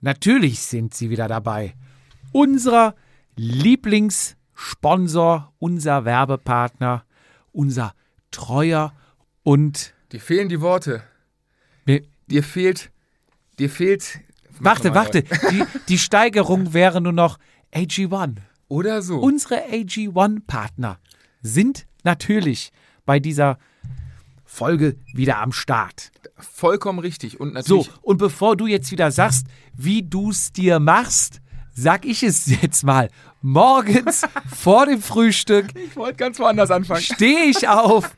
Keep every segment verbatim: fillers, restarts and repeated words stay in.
Natürlich sind sie wieder dabei. Unser Lieblingssponsor, unser Werbepartner, unser treuer und... Dir fehlen die Worte. Mir, dir fehlt... Dir fehlt... Warte, warte. Die, die Steigerung wäre nur noch A G eins. Oder so. Unsere A G eins-Partner sind natürlich bei dieser Folge wieder am Start. Vollkommen richtig. Und natürlich. So, und bevor du jetzt wieder sagst, wie du es dir machst, sag ich es jetzt mal. Morgens vor dem Frühstück. Ich wollte ganz woanders anfangen. Stehe ich auf,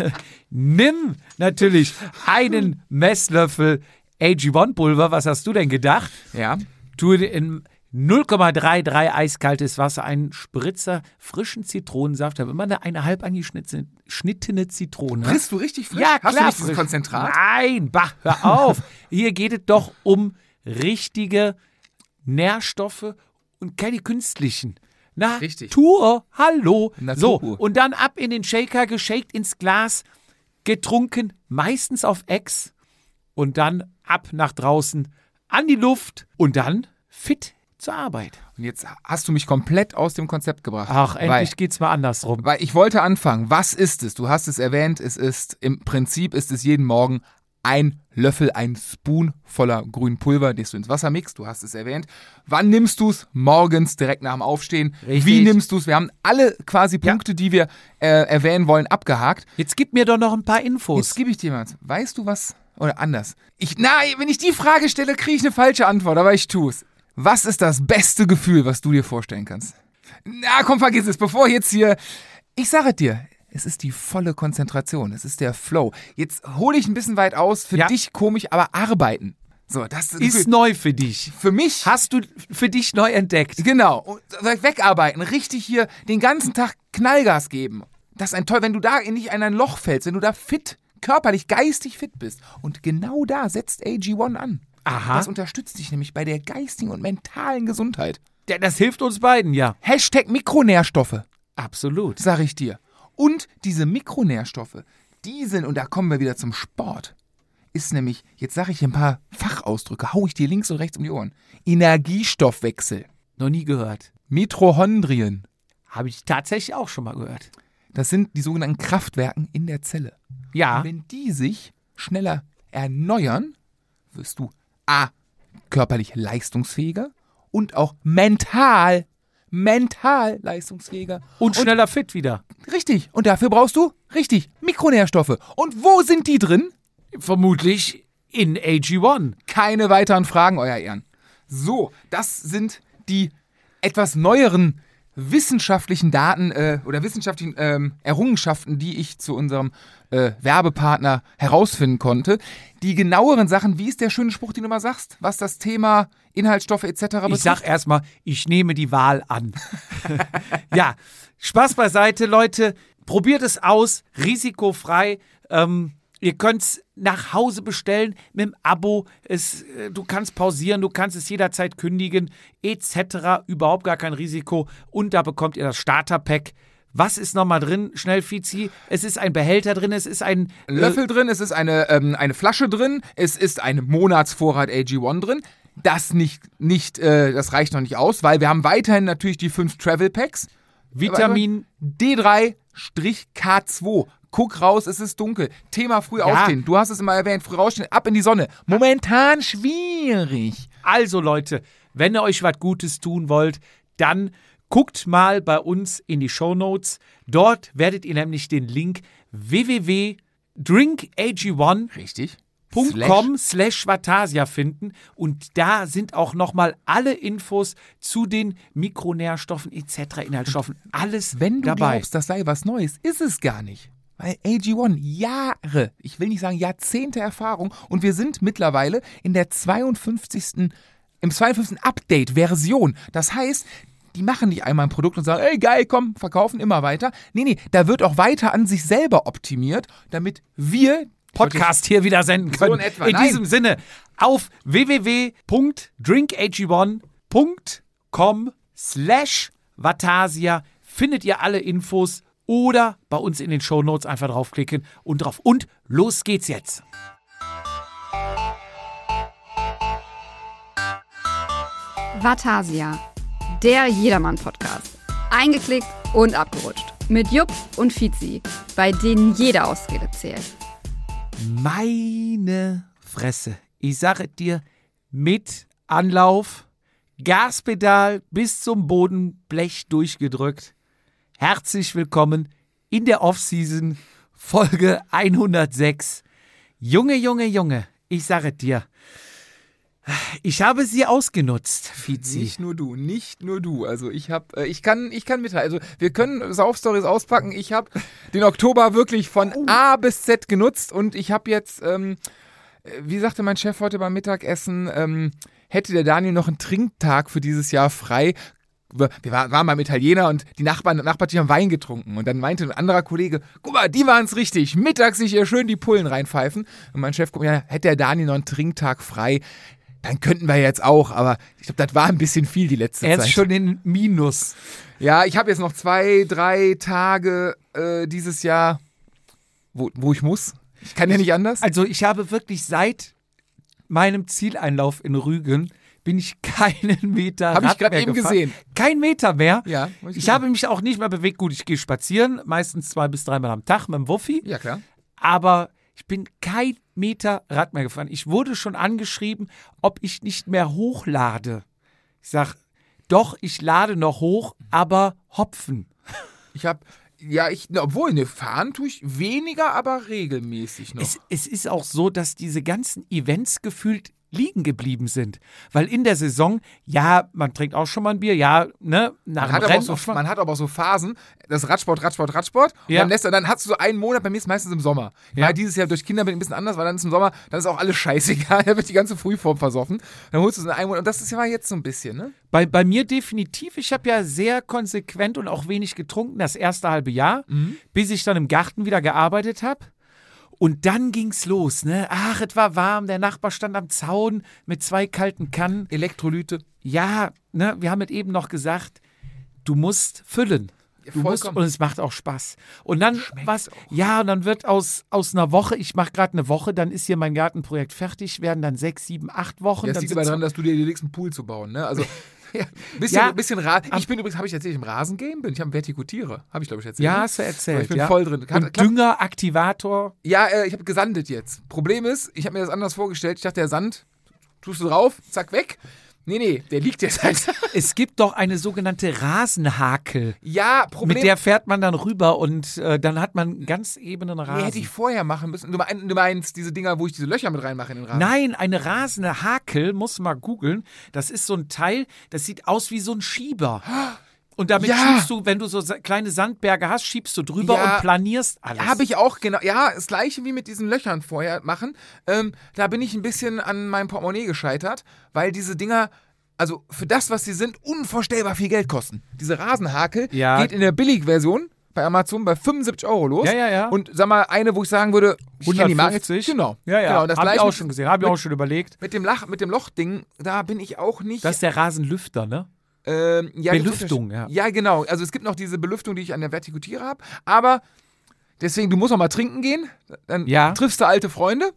nimm natürlich einen Messlöffel A G eins-Pulver. Was hast du denn gedacht? Ja. Tue in null Komma dreiunddreißig eiskaltes Wasser einen Spritzer frischen Zitronensaft. Da habe immer eine, eine halb angeschnittene Zitrone. Frisst du richtig frisch? Ja, klar. Hast du nicht frisch. dieses Konzentrat? Nein, bah, hör auf. Hier geht es doch um richtige Nährstoffe und keine künstlichen. Natur, Richtig. hallo. Natur So, pur. und dann ab in den Shaker, geshakt ins Glas, getrunken, meistens auf Ex und dann ab nach draußen an die Luft und dann fit zur Arbeit. Und jetzt hast du mich komplett aus dem Konzept gebracht. Ach, endlich weil, geht's mal andersrum. weil ich wollte anfangen. Was ist es? Du hast es erwähnt. Es ist, im Prinzip ist es jeden Morgen ein Löffel, ein Spoon voller grünen Pulver, das du ins Wasser mixt. Du hast es erwähnt. Wann nimmst du es? Morgens, direkt nach dem Aufstehen. Richtig. Wie nimmst du es? Wir haben alle quasi Punkte, die wir äh, erwähnen wollen, abgehakt. Jetzt gib mir doch noch ein paar Infos. Jetzt gebe ich dir mal. Weißt du was? Oder anders. Ich, na, wenn ich die Frage stelle, kriege ich eine falsche Antwort, aber ich tue es. Was ist das beste Gefühl, was du dir vorstellen kannst? Na, komm, vergiss es, bevor jetzt hier... Ich sage dir, es ist die volle Konzentration, es ist der Flow. Jetzt hole ich ein bisschen weit aus, für Ja. dich komisch, aber arbeiten. So, das Ist neu für dich. für mich... Hast du für dich neu entdeckt. Genau, und wegarbeiten, richtig hier den ganzen Tag Knallgas geben. Das ist ein toll, wenn du da nicht in ein Loch fällst, wenn du da fit, körperlich, geistig fit bist. Und genau da setzt A G eins an. Aha. Das unterstützt dich nämlich bei der geistigen und mentalen Gesundheit. Ja, das hilft uns beiden, ja. Hashtag Mikronährstoffe, Absolut. sag ich dir. Und diese Mikronährstoffe, die sind, und da kommen wir wieder zum Sport, ist nämlich, jetzt sage ich ein paar Fachausdrücke, hau ich dir links und rechts um die Ohren. Energiestoffwechsel, Noch nie gehört. Mitochondrien, Habe ich tatsächlich auch schon mal gehört. das sind die sogenannten Kraftwerken in der Zelle. Ja. Und wenn die sich schneller erneuern, wirst du A, körperlich leistungsfähiger und auch mental, mental leistungsfähiger. Und schneller fit wieder. Richtig. Und dafür brauchst du, richtig, Mikronährstoffe. Und wo sind die drin? Vermutlich in A G eins. Keine weiteren Fragen, euer Ehren. So, das sind die etwas neueren wissenschaftlichen Daten äh, oder wissenschaftlichen ähm, Errungenschaften, die ich zu unserem äh, Werbepartner herausfinden konnte. Die genaueren Sachen, wie ist der schöne Spruch, den du mal sagst, was das Thema Inhaltsstoffe et cetera betrifft? Ich sag erstmal, ich nehme die Wahl an. Ja, Spaß beiseite, Leute. Probiert es aus, risikofrei. Ähm, ihr könnt es nach Hause bestellen mit dem Abo. Es, äh, du kannst pausieren, du kannst es jederzeit kündigen, et cetera. Überhaupt gar kein Risiko. Und da bekommt ihr das Starter-Pack. Was ist nochmal drin, schnell, Fizi? Es ist ein Behälter drin, es ist ein... Ein Löffel drin, es ist eine, ähm, eine Flasche drin, es ist ein Monatsvorrat A G eins drin. Das nicht, nicht, äh, das reicht noch nicht aus, weil wir haben weiterhin natürlich die fünf Travel Packs. Vitamin... D drei K zwei. Guck raus, es ist dunkel. Thema früh Ja. aufstehen. Du hast es immer erwähnt, früh rausstehen, ab in die Sonne. Momentan schwierig. Also Leute, wenn ihr euch was Gutes tun wollt, dann guckt mal bei uns in die Shownotes. Dort werdet ihr nämlich den Link w w w punkt drink a g eins Richtig. punkt com slash Vatasia finden und da sind auch nochmal alle Infos zu den Mikronährstoffen et cetera, Inhaltsstoffen, alles Wenn du dabei. glaubst, das sei was Neues, ist es gar nicht. Weil A G eins Jahre, ich will nicht sagen Jahrzehnte Erfahrung und wir sind mittlerweile in der zweiundfünfzigsten im zweiundfünfzigsten Update-Version. Das heißt, die machen nicht einmal ein Produkt und sagen, ey geil, komm, verkaufen immer weiter. Nee, nee, da wird auch weiter an sich selber optimiert, damit wir Podcast hier wieder senden So können. in etwa, in nein. diesem Sinne, auf w w w punkt drink a g eins punkt com slash Vatasia findet ihr alle Infos oder bei uns in den Shownotes einfach draufklicken und drauf. Und los geht's jetzt. Vatasia, der Jedermann-Podcast. Eingeklickt und abgerutscht. Mit Jupp und Fizi, bei denen jede Ausrede zählt. Meine Fresse. Ich sage dir, mit Anlauf, Gaspedal bis zum Bodenblech durchgedrückt. Herzlich willkommen in der Offseason, Folge hundertsechs. Junge, Junge, Junge, ich sage dir, ich habe sie ausgenutzt, Fizi. Nicht nur du, nicht nur du. Also ich habe, äh, ich kann, ich kann mitteilen. Also wir können Saufstories auspacken. Ich habe den Oktober wirklich von oh. A bis Z genutzt und ich habe jetzt, ähm, wie sagte mein Chef heute beim Mittagessen, ähm, hätte der Daniel noch einen Trinktag für dieses Jahr frei. Wir waren beim Italiener und die Nachbarn, Nachbarn haben Wein getrunken. Und dann meinte ein anderer Kollege, guck mal, die waren es richtig. Mittags sich hier schön die Pullen reinpfeifen. Und mein Chef guckt, ja, hätte der Daniel noch einen Trinktag frei, dann könnten wir jetzt auch. Aber ich glaube, das war ein bisschen viel die letzte er Zeit. Er ist schon in Minus. Ja, ich habe jetzt noch zwei, drei Tage äh, dieses Jahr, wo, wo ich muss. Ich kann ja nicht anders. Also ich habe wirklich seit meinem Zieleinlauf in Rügen bin ich keinen Meter Hab Rad ich gerade mehr eben gefahren. gesehen. Kein Meter mehr. Ja. Ich, ich habe mich auch nicht mehr bewegt. Gut, ich gehe spazieren, meistens zwei bis dreimal am Tag mit dem Wuffi. Ja, klar. Aber ich bin kein Meter Rad mehr gefahren. Ich wurde schon angeschrieben, ob ich nicht mehr hochlade. Ich sage, doch, ich lade noch hoch, aber Hopfen. Ich habe, ja, ich, obwohl, ne, fahren tue ich weniger, aber regelmäßig noch. Es, es ist auch so, dass diese ganzen Events gefühlt liegen geblieben sind. Weil in der Saison, ja, man trinkt auch schon mal ein Bier, ja, ne, nach man, hat dem aber Rennen auch so, man hat aber auch so Phasen, das Radsport, Radsport, Radsport. Und ja. dann, lässt, dann hast du so einen Monat, bei mir ist es meistens im Sommer. Ja. Weil dieses Jahr durch Kinder bin ich ein bisschen anders, weil dann ist im Sommer, dann ist auch alles scheißegal, da wird die ganze Frühform versoffen. Dann holst du es in einen Monat. Und das ist ja jetzt so ein bisschen, ne? Bei, bei mir definitiv. Ich habe ja sehr konsequent und auch wenig getrunken das erste halbe Jahr, Mhm. bis ich dann im Garten wieder gearbeitet habe. Und dann ging's los, ne? Ach, es war warm, der Nachbar stand am Zaun mit zwei kalten Kannen. Elektrolyte. Ja, ne, wir haben es eben noch gesagt, du musst füllen. Du musst, Vollkommen. und es macht auch Spaß. Und dann Schmeckt was, auch. ja, und dann wird aus, aus einer Woche, ich mache gerade eine Woche, dann ist hier mein Gartenprojekt fertig, werden dann sechs, sieben, acht Wochen. Ja, es dann liegt aber sitzt- daran, dass du dir überlegst, einen Pool zu bauen, ne? Also, ja, bisschen, Ja, bisschen Ra- Ich bin übrigens, habe ich erzählt, ich im Rasengame bin. Ich habe Vertikutiere. Habe ich, glaube ich, erzählt. ja, ne? hast du erzählt. Ich bin ja. voll drin. Kann- Und klappt- Dünger, Aktivator. Ja, äh, ich habe gesandet jetzt. Problem ist, ich habe mir das anders vorgestellt. Ich dachte, der Sand, tust du drauf, zack, weg. Nee, nee, der liegt jetzt halt. Es gibt doch eine sogenannte Rasenhakel. Ja, Problem. Mit der fährt man dann rüber und äh, dann hat man einen ganz ebenen Rasen. Nee, hätte ich vorher machen müssen. Du, mein, du meinst diese Dinger, wo ich diese Löcher mit reinmache in den Rasen? Nein, eine rasende Hakel, muss mal googeln. Das ist so ein Teil, das sieht aus wie so ein Schieber. Und damit Ja. schiebst du, wenn du so sa- kleine Sandberge hast, schiebst du drüber Ja. und planierst alles. Habe ich auch, genau. Ja, das gleiche wie mit diesen Löchern vorher machen. Ähm, da bin ich ein bisschen an meinem Portemonnaie gescheitert, weil diese Dinger, also für das, was sie sind, unvorstellbar viel Geld kosten. Diese Rasenhakel Ja. geht in der Billigversion bei Amazon bei fünfundsiebzig Euro los. Ja, ja, ja. Und sag mal, eine, wo ich sagen würde, ich kenn die Marke jetzt- hundertfünfzig. Genau. Ja, ja. Genau, und das Habe ich gleiche auch mit- schon gesehen. Habe ich auch schon überlegt. Mit dem, Lach, mit dem Lochding, da bin ich auch nicht. Das ist der Rasenlüfter, ne? Ähm, ja, Belüftung, gibt's ja. Ja, genau. Also es gibt noch diese Belüftung, die ich an der Vertikutiere habe. Aber deswegen, du musst auch mal trinken gehen. Dann Ja. triffst du alte Freunde.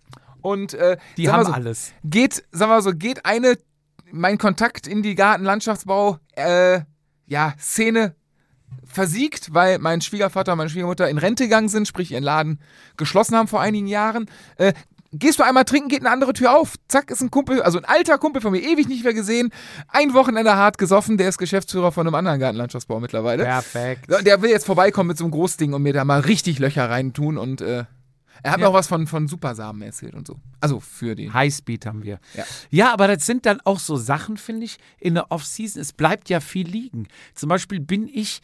Und äh, Die sag mal haben so, alles. Geht, sagen wir so, geht eine, mein Kontakt in die Gartenlandschaftsbau, äh, ja, Szene versiegt, weil mein Schwiegervater und meine Schwiegermutter in Rente gegangen sind, sprich ihren Laden geschlossen haben vor einigen Jahren. Äh, Gehst du einmal trinken, geht eine andere Tür auf. Zack, ist ein Kumpel, also ein alter Kumpel von mir, ewig nicht mehr gesehen. Ein Wochenende hart gesoffen, der ist Geschäftsführer von einem anderen Gartenlandschaftsbau mittlerweile. Perfekt. Der will jetzt vorbeikommen mit so einem Großding und mir da mal richtig Löcher reintun und äh, er hat Ja. mir auch was von, von Supersamen erzählt und so. Also für den. Highspeed haben wir. Ja. Ja, aber das sind dann auch so Sachen, finde ich, in der Off-Season. Es bleibt ja viel liegen. Zum Beispiel bin ich,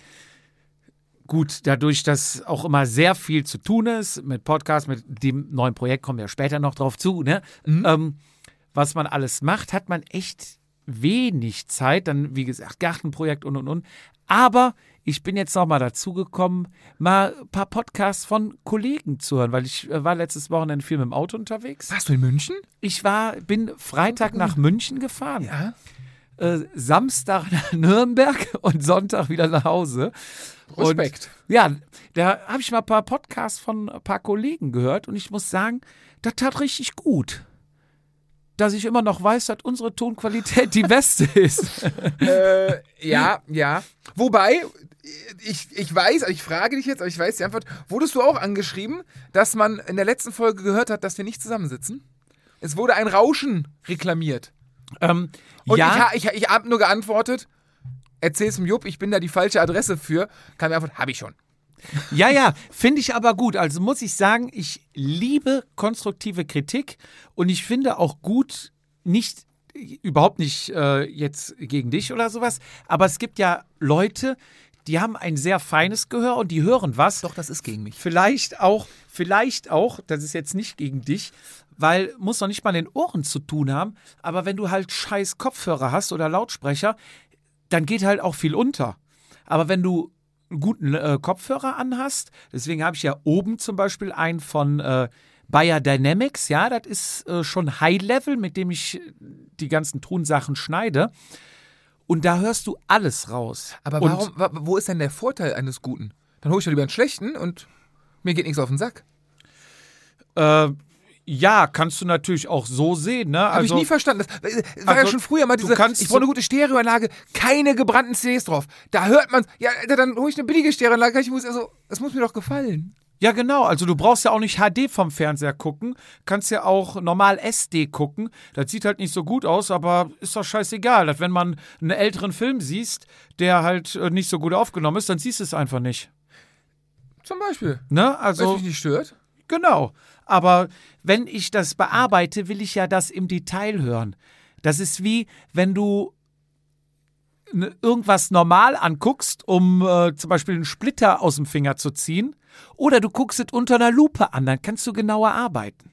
gut, dadurch, dass auch immer sehr viel zu tun ist, mit Podcast, mit dem neuen Projekt kommen wir später noch drauf zu, ne? Ähm, was man alles macht, hat man echt wenig Zeit. Dann, wie gesagt, Gartenprojekt und und und. Aber ich bin jetzt noch mal dazu gekommen, mal ein paar Podcasts von Kollegen zu hören, weil ich äh, war letztes Wochenende viel mit dem Auto unterwegs. Warst du in München? Ich war, bin Freitag nach München gefahren, Ja. äh, Samstag nach Nürnberg und Sonntag wieder nach Hause. Respekt. Und, ja, da habe ich mal ein paar Podcasts von ein paar Kollegen gehört und ich muss sagen, das tat richtig gut. dass ich immer noch weiß, dass unsere Tonqualität die beste ist. äh, ja, ja. Wobei, ich, ich weiß, also ich frage dich jetzt, aber ich weiß die Antwort. Wurdest du auch angeschrieben, dass man in der letzten Folge gehört hat, dass wir nicht zusammensitzen? Es wurde ein Rauschen reklamiert. Ähm, Und ja, ich, ich, ich habe nur geantwortet, erzähl's dem Jupp, ich bin da die falsche Adresse für. Kam mir Antwort, habe ich schon. ja, ja, finde ich aber gut. Also muss ich sagen, ich liebe konstruktive Kritik und ich finde auch gut, nicht, überhaupt nicht äh, jetzt gegen dich oder sowas, aber es gibt ja Leute, die haben ein sehr feines Gehör und die hören was. Doch, das ist gegen mich. Vielleicht auch, vielleicht auch, das ist jetzt nicht gegen dich, weil muss doch nicht mal in den Ohren zu tun haben, aber wenn du halt scheiß Kopfhörer hast oder Lautsprecher, dann geht halt auch viel unter. Aber wenn du einen guten äh, Kopfhörer anhast, deswegen habe ich ja oben zum Beispiel einen von äh, Bayer Dynamics, ja, das ist äh, schon High-Level, mit dem ich die ganzen Tonsachen schneide. Und da hörst du alles raus. Aber und, warum, wa- wo ist denn der Vorteil eines Guten? Dann hole ich ja lieber einen schlechten und mir geht nichts auf den Sack. Äh, ja, kannst du natürlich auch so sehen, ne? Habe Also, ich nie verstanden. Das äh, war also, ja schon früher mal du diese, kannst ich so- brauche eine gute Stereoanlage, keine gebrannten C Ds drauf. Da hört man, ja, Alter, dann hole ich eine billige Stereoanlage. Ich muss, also, es muss mir doch gefallen. Ja, genau. Also du brauchst ja auch nicht H D vom Fernseher gucken. Kannst ja auch normal S D gucken. Das sieht halt nicht so gut aus, aber ist doch scheißegal. Dass wenn man einen älteren Film siehst, der halt äh, nicht so gut aufgenommen ist, dann siehst du es einfach nicht. Zum Beispiel. Ne? Weil es Also, mich nicht stört. genau. Aber wenn ich das bearbeite, will ich ja das im Detail hören. Das ist wie, wenn du ne- irgendwas normal anguckst, um äh, zum Beispiel einen Splitter aus dem Finger zu ziehen. Oder du guckst es unter einer Lupe an, dann kannst du genauer arbeiten.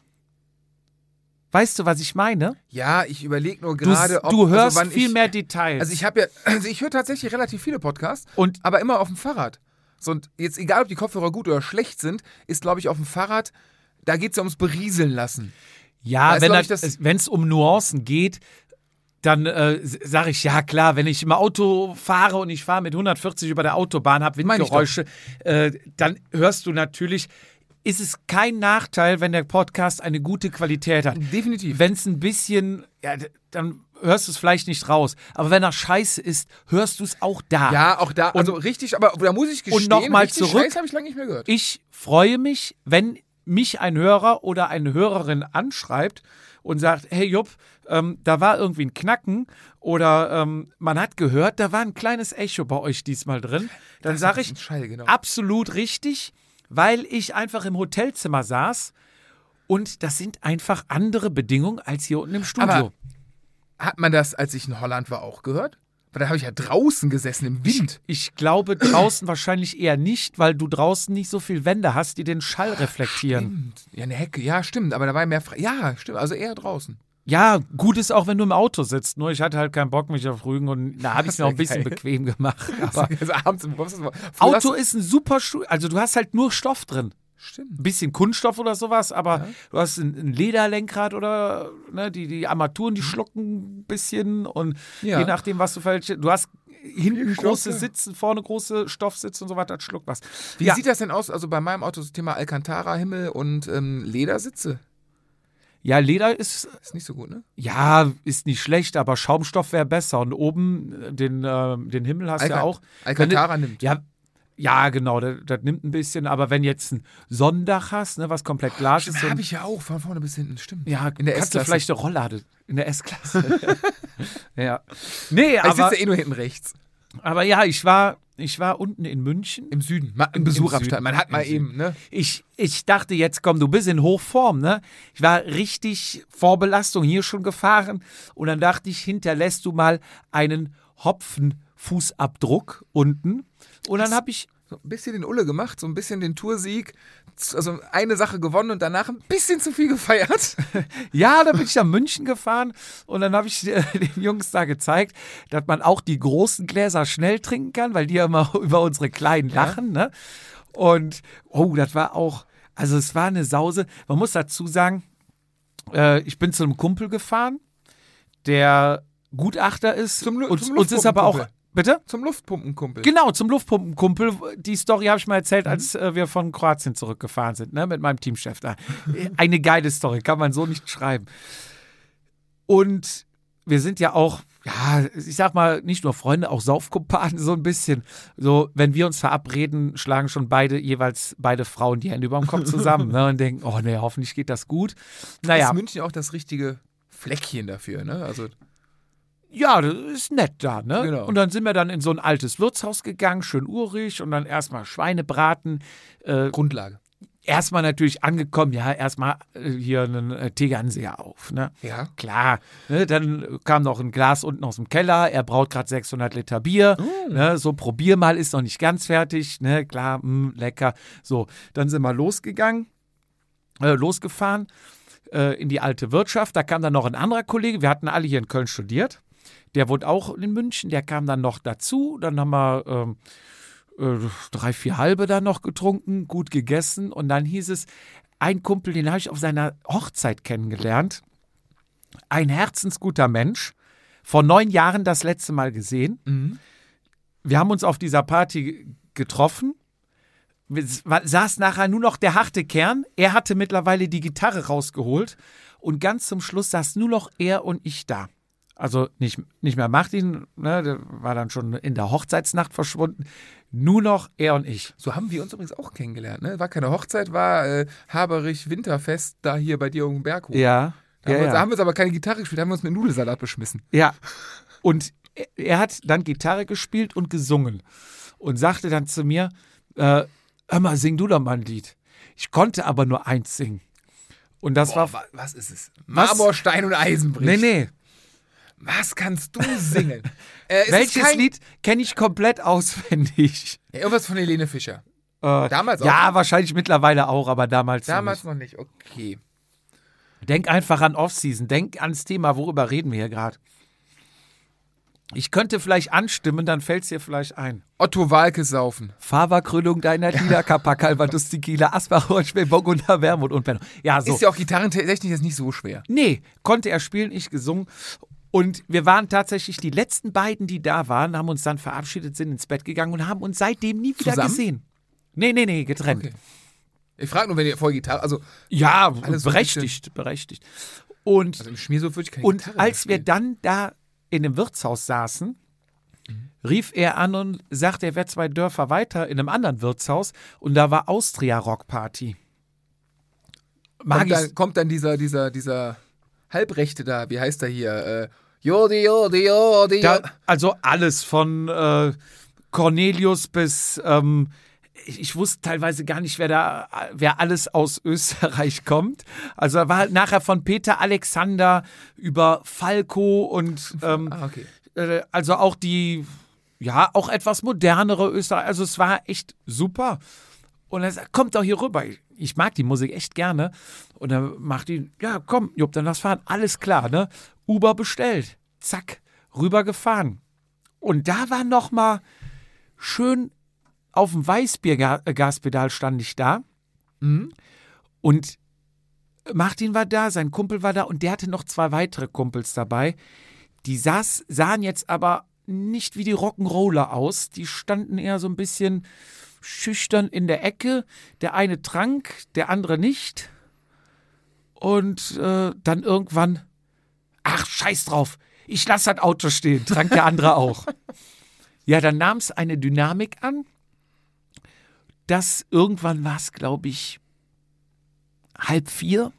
Weißt du, was ich meine? Ja, ich überlege nur Du, gerade, ob... du hörst also wann viel ich, mehr Details. Also ich habe ja, also ich höre tatsächlich relativ viele Podcasts, Und aber immer auf dem Fahrrad. So, und jetzt, egal ob die Kopfhörer gut oder schlecht sind, ist, glaube ich, auf dem Fahrrad, da geht es ja ums Berieseln lassen. ja, Da ist, wenn glaub ich, das- das- wenn es um Nuancen geht, dann äh, sage ich, ja klar, wenn ich im Auto fahre und ich fahre mit hundertvierzig über der Autobahn, habe Meine ich doch. Windgeräusche, äh, dann hörst du natürlich, ist es kein Nachteil, wenn der Podcast eine gute Qualität hat. Definitiv. Wenn es ein bisschen, ja, d- dann hörst du es vielleicht nicht raus. Aber wenn er scheiße ist, hörst du es auch da. Ja, auch da, also richtig, aber da muss ich gestehen, noch mal richtig zurück. Scheiß habe ich lange nicht mehr gehört. Ich freue mich, wenn mich ein Hörer oder eine Hörerin anschreibt und sagt, hey Jupp, ähm, da war irgendwie ein Knacken oder ähm, man hat gehört, da war ein kleines Echo bei euch diesmal drin. Dann Das sage ist ich, ein Schall, genau. absolut richtig, weil ich einfach im Hotelzimmer saß und das sind einfach andere Bedingungen als hier unten im Studio. Aber hat man das, als ich in Holland war, auch gehört? Weil da habe ich ja draußen gesessen im Wind. Ich glaube draußen wahrscheinlich eher nicht, weil du draußen nicht so viel Wände hast, die den Schall reflektieren. Stimmt. Ja, eine Hecke, ja, stimmt, aber da war ja mehr frei. Ja, stimmt, also eher draußen. Ja, gut ist auch, wenn du im Auto sitzt. Nur ich hatte halt keinen Bock, mich auf Rügen und da habe ich es mir auch ein Das ist ja bisschen geil. bequem gemacht. Aber Also abends im was ist das? Früher Auto hast ist ein super Stuhl. Also du hast halt nur Stoff drin. du- Stimmt. Ein bisschen Kunststoff oder sowas, aber Ja. du hast ein, ein Lederlenkrad oder ne, die, die Armaturen, die schlucken ein bisschen und Ja. je nachdem, was du falsch. Du hast hinten Viel Stoff, große ja. Sitzen, vorne große Stoffsitze und so weiter, das schluckt was. Wie ja. sieht das denn aus? Also bei meinem Auto ist das Thema Alcantara-Himmel und ähm, Ledersitze. Ja, Leder ist, Ist nicht so gut, ne? ja, ist nicht schlecht, aber Schaumstoff wäre besser. Und oben äh, den, äh, den Himmel hast du ja Alca- auch. Alcantara Wenn du- nimmt. Ja, ja, genau, das, das nimmt ein bisschen, aber wenn jetzt ein Sonnendach hast, ne, was komplett Glas ist, und, Habe ich ja auch, von vorne bis hinten, stimmt. ja, in der kannst du S-Klasse. vielleicht eine Rolllade in der S-Klasse. ja. Nee, Ich sitze aber, eh nur hinten rechts. aber ja, ich war, ich war unten in München. Im Süden. Mal, Im Im Besucherabstand. Süden. Man hat mal Im eben, ne? Ich, ich dachte jetzt, komm, du bist in Hochform, ne? Ich war richtig Vorbelastung hier schon gefahren und dann dachte ich, hinterlässt du mal einen Hopfenfußabdruck unten und dann habe ich, So ein bisschen den Ulle gemacht, so ein bisschen den Toursieg. Also eine Sache gewonnen und danach ein bisschen zu viel gefeiert. ja, da bin ich nach München gefahren und dann habe ich äh, den Jungs da gezeigt, dass man auch die großen Gläser schnell trinken kann, weil die ja immer über unsere kleinen lachen, ne? Und, oh, das war auch, also es war eine Sause. Man muss dazu sagen, äh, ich bin zu einem Kumpel gefahren, der Gutachter ist. Zum Lu- und, zum uns ist aber auch, Luftpumpenkumpel. bitte? Zum Luftpumpenkumpel. Genau, zum Luftpumpenkumpel. Die Story habe ich mal erzählt, Mhm. als äh, wir von Kroatien zurückgefahren sind, ne, mit meinem Teamchef da. Eine geile Story, kann man so nicht schreiben. Und wir sind ja auch, ja, ich sag mal, nicht nur Freunde, auch Saufkumpanen so ein bisschen. So, wenn wir uns verabreden, schlagen schon beide, jeweils beide Frauen die Hände über dem Kopf zusammen, ne, und denken, oh nee, hoffentlich geht das gut. Naja. Ist München auch das richtige Fleckchen dafür, ne? Also ja, das ist nett da, ne? Genau. Und dann sind wir dann in so ein altes Wirtshaus gegangen, schön urig, und dann erstmal Schweinebraten. Äh, Grundlage. erstmal natürlich angekommen, ja, erstmal äh, hier einen äh, Tegernseher auf, ne? Ja. Klar, ne? Dann kam noch ein Glas unten aus dem Keller, er braut gerade sechshundert Liter Bier, Mm. ne? So, probier mal, ist noch nicht ganz fertig, ne? Klar, mh, lecker. So, dann sind wir losgegangen, äh, losgefahren äh, in die alte Wirtschaft, da kam dann noch ein anderer Kollege, wir hatten alle hier in Köln studiert, der wohnt auch in München, der kam dann noch dazu, dann haben wir ähm, äh, drei, vier halbe dann noch getrunken, gut gegessen, und dann hieß es, ein Kumpel, den habe ich auf seiner Hochzeit kennengelernt, ein herzensguter Mensch, vor neun Jahren das letzte Mal gesehen. Mhm. Wir haben uns auf dieser Party getroffen, es war, saß nachher nur noch der harte Kern, er hatte mittlerweile die Gitarre rausgeholt und ganz zum Schluss saß nur noch er und ich da. Also nicht, nicht mehr Martin, ne, der war dann schon in der Hochzeitsnacht verschwunden. Nur noch er und ich. So haben wir uns übrigens auch kennengelernt, ne? War keine Hochzeit, war äh, Haberich Winterfest da hier bei dir um den Berg hoch. Ja. Da, ja, haben wir, uns, ja. da haben wir uns aber keine Gitarre gespielt, da haben wir uns mit Nudelsalat beschmissen. Ja. Und er, er hat dann Gitarre gespielt und gesungen. Und sagte dann zu mir, äh, hör mal, sing du doch mal ein Lied. Ich konnte aber nur eins singen. Und das Boah, war... wa- was ist es? Was? Marmor, Stein und Eisenbrich. Nee, nee. Was kannst du singen? äh, ist Welches es kein, Lied kenne ich komplett auswendig? Ja, irgendwas von Helene Fischer. Äh, Damals auch? Ja, wahrscheinlich mittlerweile auch, aber damals, Damals noch noch nicht, okay. nicht. Denk einfach an Off-Season. Denk ans Thema, worüber reden wir hier gerade. Ich könnte vielleicht anstimmen, dann fällt es dir vielleicht ein. Otto Walke saufen. Fava-Krönung deiner Lieder, Kappa-Kalvadus, Tequila, Asbach, Rotschwell, Burgunder, Wermut und Benno. Ja, so. Ist ja auch gitarrentechnisch jetzt nicht so schwer. Nee, konnte er spielen, ich gesungen. Und wir waren tatsächlich die letzten beiden, die da waren, haben uns dann verabschiedet, sind ins Bett gegangen und haben uns seitdem nie wieder Zusammen? gesehen. Nee, nee, nee, getrennt. Okay. Ich frage nur, wenn ihr voll Gitarre, also, Ja, Alles so ein berechtigt, berechtigt. Und, also im Schmiersuff würde ich keine und Gitarre mehr als wir spielen. dann da in dem Wirtshaus saßen, rief er an und sagte, er wäre zwei Dörfer weiter in einem anderen Wirtshaus und da war Austria Rock Party. Mag kommt, ich, dann, kommt dann dieser, dieser, dieser Halbrechte da, wie heißt der hier? Äh, Jodi, Jodi, Jodi. da, also alles von äh, Cornelius bis, ähm, ich, ich wusste teilweise gar nicht, wer da, wer alles aus Österreich kommt. Also er war halt nachher von Peter Alexander über Falco und ähm, Ah, okay. äh, also auch die, ja, auch etwas modernere Österreich. Also es war echt super. Und er sagt, kommt doch hier rüber. Ich, ich mag die Musik echt gerne. Und dann macht die, ja, komm, Jupp, dann lass fahren. Alles klar, ne? Uber bestellt. Zack, rübergefahren. Und da war noch mal schön auf dem Weißbiergaspedal stand ich da. Mhm. Und Martin war da, sein Kumpel war da und der hatte noch zwei weitere Kumpels dabei. Die saß, sahen jetzt aber nicht wie die Rock'n'Roller aus. Die standen eher so ein bisschen schüchtern in der Ecke. Der eine trank, der andere nicht. Und äh, dann irgendwann, ach, scheiß drauf, ich lasse das Auto stehen, trank der andere auch. Ja, dann nahm es eine Dynamik an, dass irgendwann war es, glaube ich, halb vier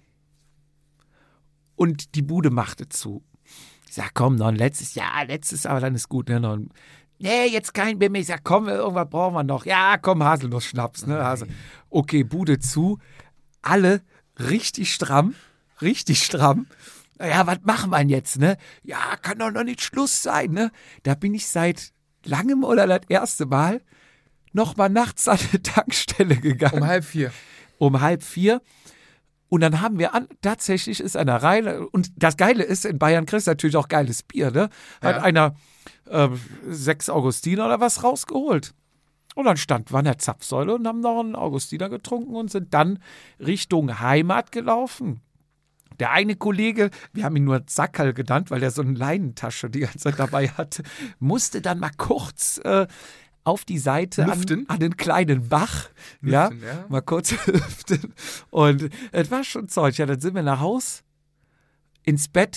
und die Bude machte zu. Ich sag, komm, noch ein letztes, ja, letztes, aber dann ist gut. Ne? Noch ein, nee, jetzt kein Bier mehr. Ich sag, komm, irgendwas brauchen wir noch. Ja, komm, Haselnuss-Schnaps. Ne? Hasel. Okay, Bude zu. Alle richtig stramm, richtig stramm. Ja, was machen wir denn jetzt, ne? Ja, kann doch noch nicht Schluss sein, ne? Da bin ich seit langem oder das erste Mal noch mal nachts an eine Tankstelle gegangen. Um halb vier. Um halb vier. Und dann haben wir an, tatsächlich ist einer rein, und das Geile ist, in Bayern kriegst du natürlich auch geiles Bier, ne? Hat Ja. einer äh, sechs Augustiner oder was rausgeholt. Und dann stand wir an der Zapfsäule und haben noch einen Augustiner getrunken und sind dann Richtung Heimat gelaufen. Der eine Kollege, wir haben ihn nur Zackerl genannt, weil er so eine Leinentasche die ganze Zeit dabei hatte, musste dann mal kurz äh, auf die Seite an, Lüften? an den kleinen Bach. ja, Lüften, ja. mal kurz lüften. Und es war schon Zeug. Ja, dann sind wir nach Haus, ins Bett.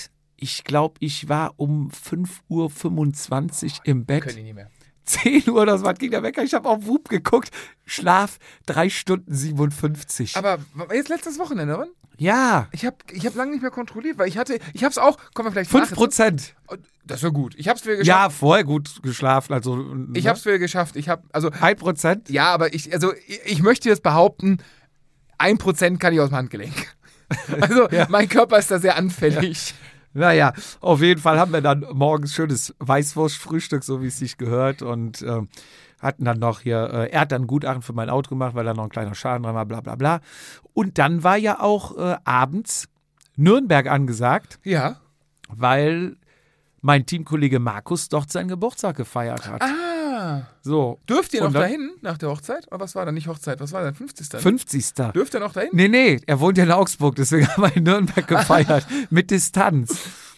ich glaube, ich war um fünf Uhr fünfundzwanzig im Bett. Können die nicht mehr. zehn Uhr, das war ging der Wecker. Ich habe auf Whoop geguckt. Schlaf drei Stunden siebenundfünfzig. Aber war jetzt letztes Wochenende, oder? Ja, Ich habe ich hab lange nicht mehr kontrolliert, weil ich hatte, ich habe es auch, kommen wir vielleicht fünf nach. Prozent. Das war gut. Ich habe es wieder geschafft. Ja, vorher gut geschlafen. Also, Ich ne? habe es wieder geschafft. Ich habe, also, ein Prozent. ja, aber ich, also, ich, ich möchte jetzt behaupten, ein Prozent kann ich aus dem Handgelenk. Also, Ja. mein Körper ist da sehr anfällig. Naja, auf jeden Fall haben wir dann morgens schönes Weißwurstfrühstück, so wie es sich gehört. Und äh, hatten dann noch hier, äh, er hat dann ein Gutachten für mein Auto gemacht, weil da noch ein kleiner Schaden dran war, bla bla bla. Und dann war ja auch äh, abends Nürnberg angesagt, Ja. weil mein Teamkollege Markus dort seinen Geburtstag gefeiert hat. Ah. So, Dürft ihr noch Und dann- dahin nach der Hochzeit? Oder was war da nicht Hochzeit? Was war da? fünfzigsten fünfzigsten Dürft ihr noch dahin? Nee, nee, er wohnt ja in Augsburg, deswegen haben wir in Nürnberg gefeiert, mit Distanz.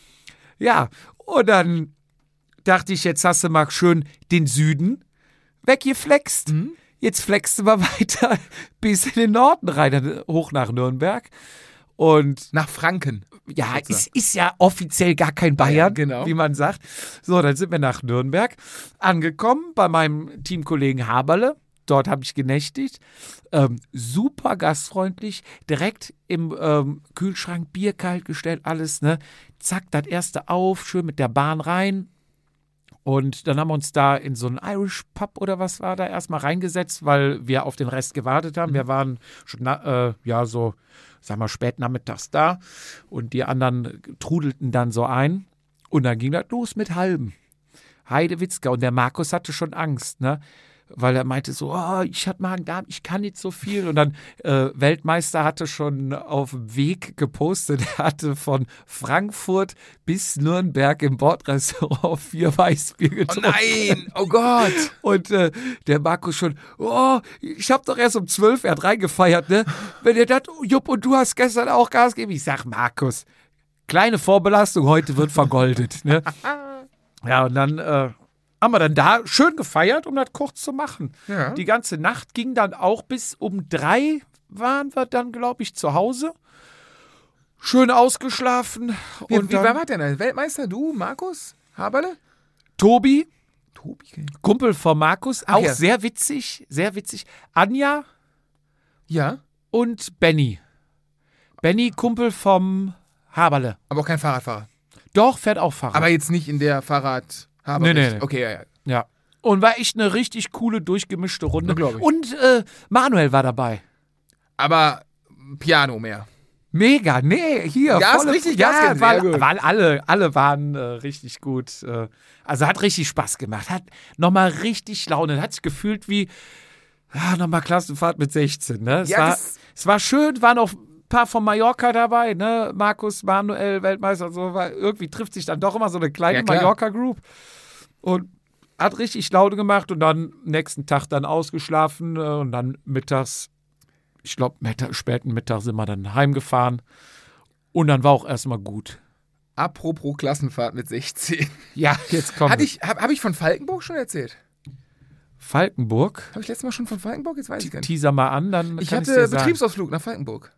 Ja, und dann dachte ich, jetzt hast du mal schön den Süden weggeflext. Mhm. Jetzt flexst du mal weiter bis in den Norden rein, dann hoch nach Nürnberg. Und Nach Franken. ja, Sozusagen. es ist ja offiziell gar kein Bayern, genau. wie man sagt. So, dann sind wir nach Nürnberg angekommen bei meinem Teamkollegen Haberle. Dort habe ich genächtigt. Ähm, super gastfreundlich. Direkt im ähm, Kühlschrank Bier kalt gestellt, alles, ne? Zack, das erste auf, schön mit der Bahn rein. Und dann haben wir uns da in so einen Irish Pub oder was war da erstmal reingesetzt, weil wir auf den Rest gewartet haben. Wir waren schon, na, äh, ja, so, sagen wir, spät nachmittags da. Und die anderen trudelten dann so ein. Und dann ging das los mit Halben. Heidewitzka. Und der Markus hatte schon Angst, ne? Weil er meinte so, oh, ich hatte Magen-Darm, ich kann nicht so viel. Und dann äh, Weltmeister hatte schon auf dem Weg gepostet, er hatte von Frankfurt bis Nürnberg im Bordrestaurant vier Weißbier Oh getrunken. nein, oh Gott. Und äh, der Markus schon, oh, ich habe doch erst um zwölf erst reingefeiert, ne? Wenn ihr das, Jupp, und du hast gestern auch Gas gegeben. Ich sag, Markus, kleine Vorbelastung, heute wird vergoldet, ne? Ja, und dann äh, haben wir dann da schön gefeiert, um das kurz zu machen. Ja. Die ganze Nacht ging dann auch bis um drei, waren wir dann, glaube ich, zu Hause. Schön ausgeschlafen. Wie, und wie dann wer war denn der Weltmeister? Du, Markus? Haberle? Tobi, Tobi. kenn ich. Kumpel von Markus, Ach auch ja. sehr witzig, sehr witzig. Anja Ja, und Benny. Benny, Kumpel vom Haberle. aber auch kein Fahrradfahrer. Doch, fährt auch Fahrrad. Aber jetzt nicht in der Fahrrad. Nee, nee, nee. Okay, ja, ja. ja. Und war echt eine richtig coole, durchgemischte Runde. Ja, glaub ich. Und äh, Manuel war dabei. Aber Piano mehr. Mega, nee, hier. Gas, volle- richtig Gas ja, gegeben, sehr waren, gut. waren alle, alle waren äh, richtig gut. Äh, also hat richtig Spaß gemacht. Hat nochmal richtig Laune. Hat sich gefühlt wie, ja, nochmal Klassenfahrt mit sechzehn. Ne? Es, Ja, war, das- es war schön, waren auch ein paar von Mallorca dabei. Ne? Markus, Manuel, Weltmeister und so. Weil irgendwie trifft sich dann doch immer so eine kleine Ja, klar. Mallorca-Group. Und hat richtig Laune gemacht und dann nächsten Tag dann ausgeschlafen äh, und dann mittags, ich glaube, Mittag, späten Mittag sind wir dann heimgefahren und dann war auch erstmal gut. Apropos Klassenfahrt mit sechzehn. Ja, jetzt kommt Hatte ich, Habe hab ich von Falkenburg schon erzählt? Falkenburg. Habe ich letztes Mal schon von Falkenburg? Jetzt weiß ich gar nicht. Teaser mal an, dann Ich kann hatte ich's dir sagen. Betriebsausflug nach Falkenburg.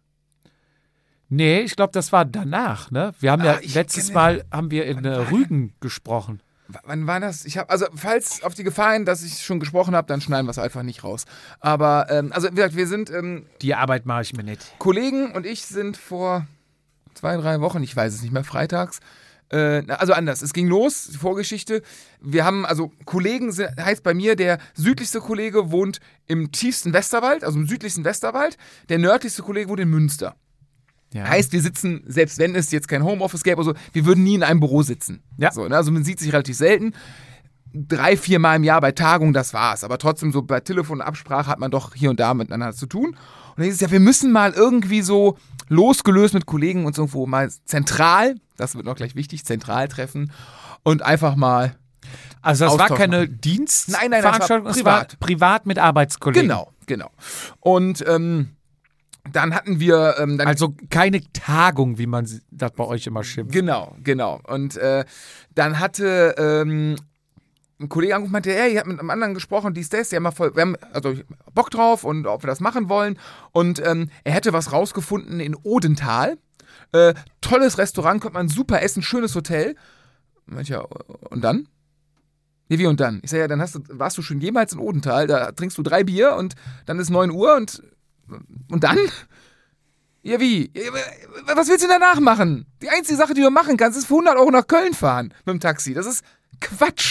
Nee, ich glaube, das war danach, ne? Wir haben ja Ah, ich letztes kenne- Mal haben wir in äh, Rügen gesprochen. W- Wann war das? Ich habe, also falls auf die Gefahr hin, dass ich schon gesprochen habe, dann schneiden wir es einfach nicht raus. Aber ähm, also wie gesagt, wir sind ähm, Die Arbeit mache ich mir nicht. Kollegen und ich sind vor zwei, drei Wochen, ich weiß es nicht mehr, freitags. Äh, na, also anders. Es ging los, die Vorgeschichte. Wir haben, also Kollegen sind, heißt bei mir, der südlichste Kollege wohnt im tiefsten Westerwald, also im südlichsten Westerwald. Der nördlichste Kollege wohnt in Münster. Ja. Heißt, wir sitzen, selbst wenn es jetzt kein Homeoffice gäbe, also, wir würden nie in einem Büro sitzen. Ja. So, ne? Also man sieht sich relativ selten. Drei, vier Mal im Jahr bei Tagungen, das war's. Aber trotzdem, so bei Telefon und Absprache hat man doch hier und da miteinander zu tun. Und dann hieß es ja, wir müssen mal irgendwie so losgelöst mit Kollegen uns irgendwo mal zentral, das wird noch gleich wichtig, zentral treffen und einfach mal. Also das war Austausch keine machen. Dienstveranstaltung, Nein, nein, das war es privat. war privat mit Arbeitskollegen. Genau, genau. Und ähm, dann hatten wir. Ähm, dann Also keine Tagung, wie man sie- das bei euch immer schimpft. Genau, genau. Und äh, dann hatte ähm, ein Kollege angerufen und meinte, hey, ich habe mit einem anderen gesprochen, dies, das, die haben mal voll, wir haben also Bock drauf und ob wir das machen wollen. Und ähm, er hätte was rausgefunden in Odenthal. Äh, tolles Restaurant, konnte man super essen, schönes Hotel. Ja, und dann? Nee, wie und dann? Ich sage ja, dann hast du, warst du schon jemals in Odenthal, da trinkst du drei Bier und dann ist neun Uhr und, und dann? Ja, wie? Was willst du danach machen? Die einzige Sache, die du machen kannst, ist für hundert Euro nach Köln fahren mit dem Taxi. Das ist Quatsch.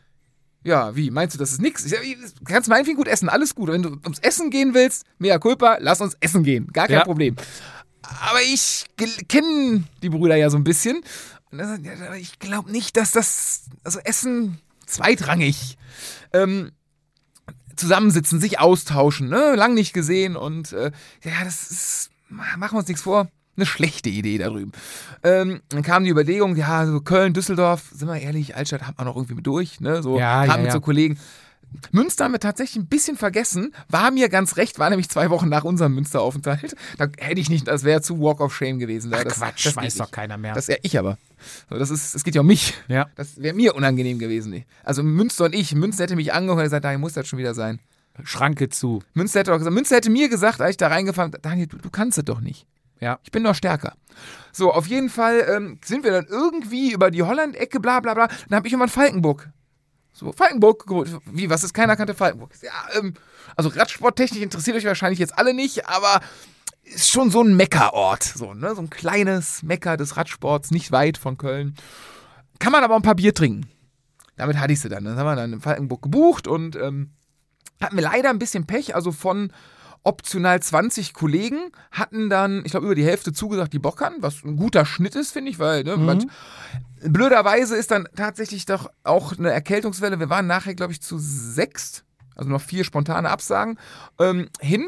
Ja, wie? Meinst du, das ist nix? Ich sag, du kannst meinetwegen gut essen, alles gut. Wenn du ums Essen gehen willst, mea culpa, lass uns essen gehen. Gar kein ja. Problem. Aber ich kenne die Brüder ja so ein bisschen. Und ich glaube nicht, dass das, also Essen zweitrangig. Ähm, zusammensitzen, sich austauschen, ne? Lang nicht gesehen und äh, ja, das ist, machen wir uns nichts vor, eine schlechte Idee da drüben. Ähm, dann kam die Überlegung, ja, so Köln, Düsseldorf, sind wir ehrlich, Altstadt hat man noch irgendwie mit durch, ne? So, ja, haben ja, mit ja. so Kollegen. Münster haben wir tatsächlich ein bisschen vergessen, war mir ganz recht, war nämlich zwei Wochen nach unserem Münsteraufenthalt. Da hätte ich nicht, das wäre zu Walk of Shame gewesen. Da. Ach, das, Quatsch, das weiß geht doch nicht. keiner mehr. Das wäre ich aber. So, das ist, es geht ja um mich. Ja. Das wäre mir unangenehm gewesen. Also Münster und ich, Münster hätte mich angehört und gesagt, Daniel, muss das schon wieder sein. Schranke zu. Münster hätte, auch gesagt, Münster hätte mir gesagt, als ich da reingefahren bin, Daniel, du, du kannst es doch nicht. Ja. Ich bin noch stärker. So, auf jeden Fall ähm, sind wir dann irgendwie über die Holland-Ecke, bla bla bla. Dann habe ich immer in Falkenburg. So, Falkenburg, wie, was ist, keiner kannte Falkenburg. Ja, ähm, also Radsporttechnisch interessiert euch wahrscheinlich jetzt alle nicht, aber ist schon so ein Meckerort. So, ne? So ein kleines Mecker des Radsports, nicht weit von Köln. Kann man aber ein paar Bier trinken. Damit hatte ich sie dann. Das haben wir dann in Falkenburg gebucht und ähm, hatten wir leider ein bisschen Pech, also von optional zwanzig Kollegen hatten dann, ich glaube, über die Hälfte zugesagt, die Bock hatten, was ein guter Schnitt ist, finde ich, weil, ne, Mhm. manch, blöderweise ist dann tatsächlich doch auch eine Erkältungswelle, wir waren nachher, glaube ich, zu sechst, also noch vier spontane Absagen, ähm, hin,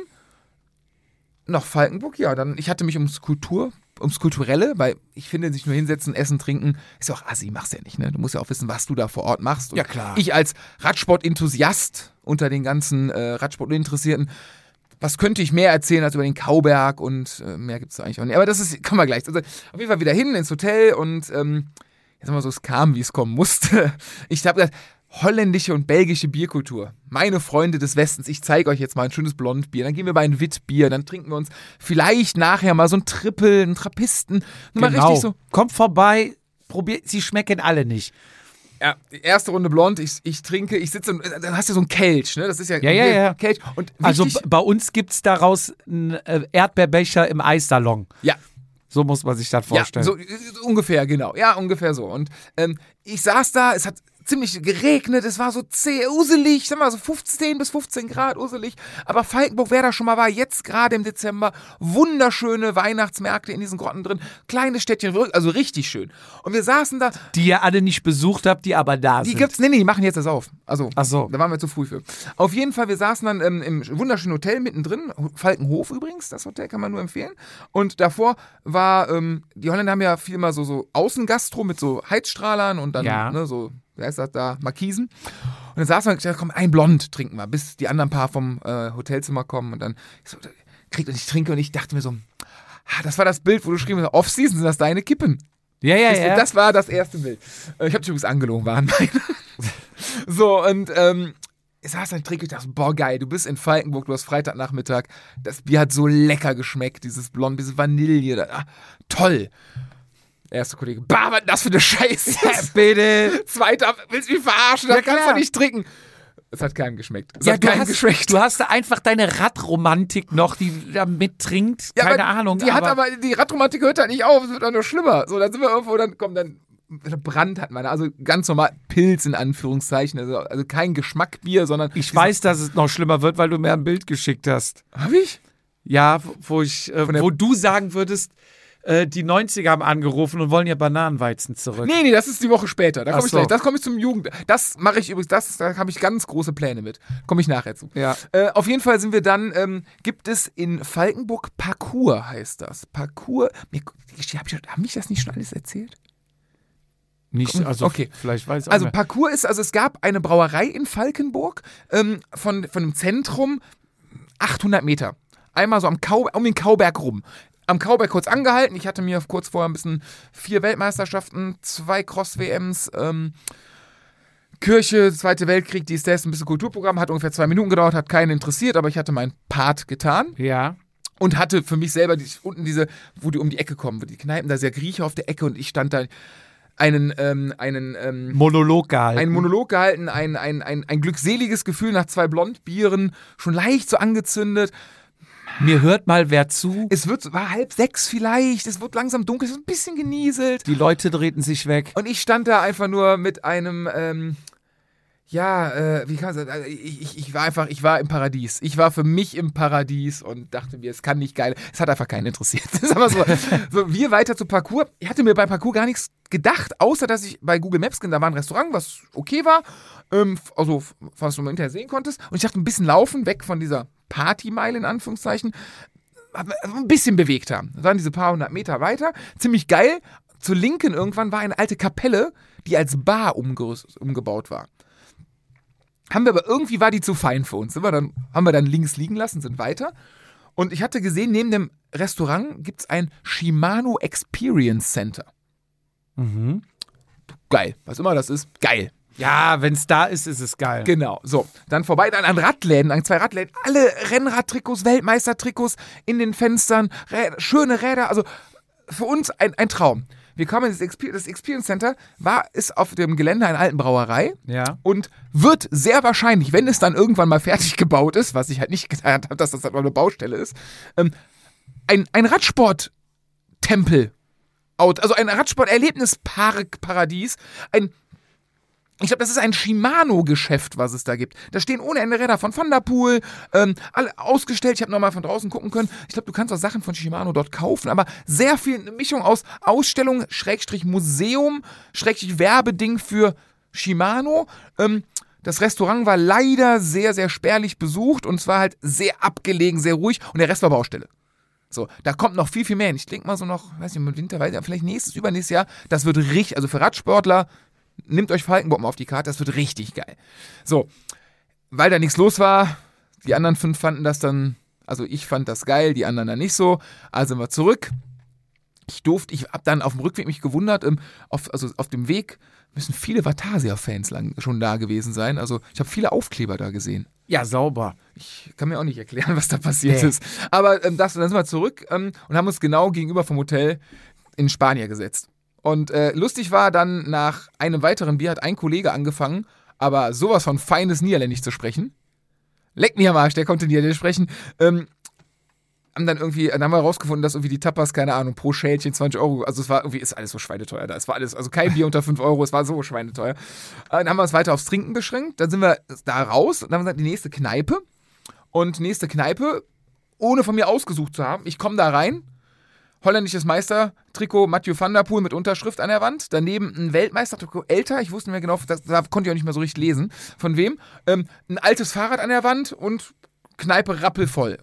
nach Falkenburg, ja, dann, ich hatte mich ums Kultur, ums Kulturelle, weil ich finde, sich nur hinsetzen, essen, trinken, ist ja auch assi, machst ja nicht, ne? Du musst ja auch wissen, was du da vor Ort machst. Und Ja, klar. ich als Radsport-Enthusiast unter den ganzen äh, Radsport-Interessierten, was könnte ich mehr erzählen als über den Kauberg und äh, mehr gibt es eigentlich auch nicht. Aber das ist, kommen wir gleich. Also auf jeden Fall wieder hin ins Hotel und ähm, jetzt mal so, es kam, wie es kommen musste. Ich habe gesagt, holländische und belgische Bierkultur. Meine Freunde des Westens, ich zeige euch jetzt mal ein schönes Blondbier, dann gehen wir bei ein Witbier, dann trinken wir uns vielleicht nachher mal so ein Triple, einen Trappisten. Mal Genau. richtig so. Kommt vorbei, probiert, sie schmecken alle nicht. Ja, die erste Runde blond, ich, ich trinke, ich sitze, und dann hast du so einen Kelch, ne? Das ist ja, Ja, ja, ja. Kelch. Und Also wichtig, b- bei uns gibt es daraus einen äh, Erdbeerbecher im Eissalon. ja. So muss man sich das vorstellen. Ja, so, so ungefähr, genau. Ja, ungefähr so. Und ähm, ich saß da, es hat ziemlich geregnet, es war so zäh, uselig, sag mal so fünfzehn bis fünfzehn Grad uselig. Aber Falkenburg, wer da schon mal war, jetzt gerade im Dezember, wunderschöne Weihnachtsmärkte in diesen Grotten drin, kleine Städtchen, also richtig schön. Und wir saßen da, Die ihr alle nicht besucht habt, die aber da die sind. gibt's, nee, nee, die machen jetzt das auf. Also, Ach so. da waren wir zu früh für. Auf jeden Fall, wir saßen dann ähm, im wunderschönen Hotel mittendrin, Falkenhof übrigens, das Hotel kann man nur empfehlen. Und davor war, ähm, die Holländer haben ja viel mal so, so Außengastro mit so Heizstrahlern und dann, Ja. ne, so, wie heißt das da, Markisen. Und dann saßen wir und gesagt, komm, ein Blond trinken wir, bis die anderen paar vom äh, Hotelzimmer kommen. Und dann, ich so, kriegt und ich trinke und ich dachte mir so, ah, das war das Bild, wo du geschrieben hast, Off-Season, sind das deine Kippen? Ja, ja, Siehst du, ja. Das war das erste Bild. Äh, Ich habe dich übrigens angelogen, waren meine. So, und ähm, ich saß dann, trinke ich dachte, boah, geil, du bist in Falkenburg, du hast Freitagnachmittag, das Bier hat so lecker geschmeckt, dieses Blond, diese Vanille, da, ah, toll. Erster Kollege, bah, was ist das für eine Scheiße? Bitte. Zweiter, willst du mich verarschen? Das Ja, kannst klar. du nicht trinken. Es hat keinem geschmeckt. Es Ja, hat du keinem hast, geschmeckt. du hast da einfach deine Radromantik noch, die da mittrinkt. Ja, Keine aber Ahnung. Die hat aber, die Radromantik hört halt nicht auf, es wird dann nur schlimmer. So, dann sind wir irgendwo, dann kommt dann, Brand hat man, also ganz normal Pilz in Anführungszeichen, also, also kein Geschmackbier, sondern. ich weiß, dass es noch schlimmer wird, weil du mir ein Bild geschickt hast. Hab ich? Ja, wo ich, äh, der- wo du sagen würdest, äh, die neunziger haben angerufen und wollen ihr Bananenweizen zurück. Nee, nee, das ist die Woche später. Da Ach komme ich so. gleich. Das komme ich zum Jugend. Das mache ich übrigens, das, da habe ich ganz große Pläne mit. Komme ich nachher zu. Ja. Äh, auf jeden Fall sind wir dann, ähm, gibt es in Falkenburg Parcours, heißt das. Parcours. Mir, hab ich, haben mich das nicht schon alles erzählt? Nicht, also Okay. vielleicht weiß ich auch Also mehr. Parcours ist, also es gab eine Brauerei in Falkenburg, ähm, von, von dem Zentrum achthundert Meter. Einmal so am Kau, um den Kauberg rum. Am Kauberg kurz angehalten. Ich hatte mir kurz vorher ein bisschen vier Weltmeisterschaften, zwei Cross-W Ms, ähm, Kirche, Zweite Weltkrieg, dies, das, ein bisschen Kulturprogramm, hat ungefähr zwei Minuten gedauert, hat keinen interessiert, aber ich hatte meinen Part getan. Ja. Und hatte für mich selber die, unten diese, wo die um die Ecke kommen, wo die Kneipen, da ist ja Grieche auf der Ecke und ich stand da einen, ähm, einen ähm, Monolog gehalten. einen Monolog gehalten, ein, ein, ein, ein glückseliges Gefühl nach zwei Blondbieren, schon leicht so angezündet. Mir hört mal wer zu. Es wird, war halb sechs vielleicht, es wird langsam dunkel, es ist ein bisschen genieselt. Die Leute drehten sich weg. Und ich stand da einfach nur mit einem, ähm, ja, äh, wie kann man sagen, ich, ich, ich war einfach, ich war im Paradies. Ich war für mich im Paradies und dachte mir, es kann nicht geil, es hat einfach keinen interessiert. Das ist aber so, so, wir weiter zu Parcours. Ich hatte mir bei Parcours gar nichts gedacht, außer dass ich bei Google Maps, da war ein Restaurant, was okay war, ähm, also was du im Internet sehen konntest. Und ich dachte, ein bisschen laufen, weg von dieser Partymeile in Anführungszeichen, ein bisschen bewegt haben. Dann diese paar hundert Meter weiter, ziemlich geil. Zur Linken irgendwann war eine alte Kapelle, die als Bar umgerüst, umgebaut war. Haben wir aber irgendwie war die zu fein für uns. Sind wir dann, haben wir dann links liegen lassen, sind weiter. Und ich hatte gesehen, neben dem Restaurant gibt es ein Shimano Experience Center. Mhm. Geil. Was immer das ist, geil. Ja, wenn es da ist, ist es geil. Genau. So, dann vorbei, dann an Radläden, an zwei Radläden. Alle Rennradtrikots, Weltmeistertrikots in den Fenstern, Rä- schöne Räder. Also für uns ein, ein Traum. Wir kamen in das, Exper- das Experience Center, war, ist auf dem Gelände einer alten Brauerei Ja. und wird sehr wahrscheinlich, wenn es dann irgendwann mal fertig gebaut ist, was ich halt nicht gedacht habe, dass das halt mal eine Baustelle ist, ähm, ein, ein Radsport-Tempel, also ein Radsport-Erlebnispark-Paradies, ein Ich glaube, das ist ein Shimano-Geschäft, was es da gibt. Da stehen ohne Ende Räder von Van der Poel, ähm, alle ausgestellt. Ich habe nochmal von draußen gucken können. Ich glaube, du kannst auch Sachen von Shimano dort kaufen, aber sehr viel eine Mischung aus Ausstellung, Schrägstrich Museum, Schrägstrich Werbeding für Shimano. Ähm, das Restaurant war leider sehr, sehr spärlich besucht und es war halt sehr abgelegen, sehr ruhig und der Rest war Baustelle. So, da kommt noch viel, viel mehr hin. Ich denke mal so noch, weiß nicht, im Winter, weiß nicht, vielleicht nächstes, übernächstes Jahr, das wird richtig, also für Radsportler, nehmt euch Falkenbomben auf die Karte, das wird richtig geil. So, weil da nichts los war, die anderen fünf fanden das dann, also ich fand das geil, die anderen dann nicht so, also sind wir zurück. Ich durfte, ich hab dann auf dem Rückweg mich gewundert, ähm, auf, also auf dem Weg müssen viele Vatasia-Fans lang schon da gewesen sein, also ich habe viele Aufkleber da gesehen. Ja, sauber. Ich kann mir auch nicht erklären, was da passiert Nee. ist. Aber ähm, das, dann sind wir zurück ähm, und haben uns genau gegenüber vom Hotel in Spanier gesetzt. Und äh, lustig war dann, nach einem weiteren Bier hat ein Kollege angefangen, aber sowas von feines Niederländisch zu sprechen. Leck mich am Arsch, der konnte Niederländisch sprechen. Ähm, haben dann irgendwie, dann haben wir rausgefunden, dass irgendwie die Tapas, keine Ahnung, pro Schälchen zwanzig Euro, also es war irgendwie, ist alles so schweineteuer da. Es war alles, also kein Bier unter fünf Euro, es war so schweineteuer. Äh, dann haben wir uns weiter aufs Trinken beschränkt, dann sind wir da raus und dann haben wir gesagt, die nächste Kneipe. Und nächste Kneipe, ohne von mir ausgesucht zu haben, ich komme da rein, holländisches Meistertrikot, Mathieu van der Poel mit Unterschrift an der Wand. Daneben ein Weltmeistertrikot, älter, ich wusste nicht mehr genau, das, da konnte ich auch nicht mehr so richtig lesen, von wem. Ähm, ein altes Fahrrad an der Wand und Kneipe rappelvoll.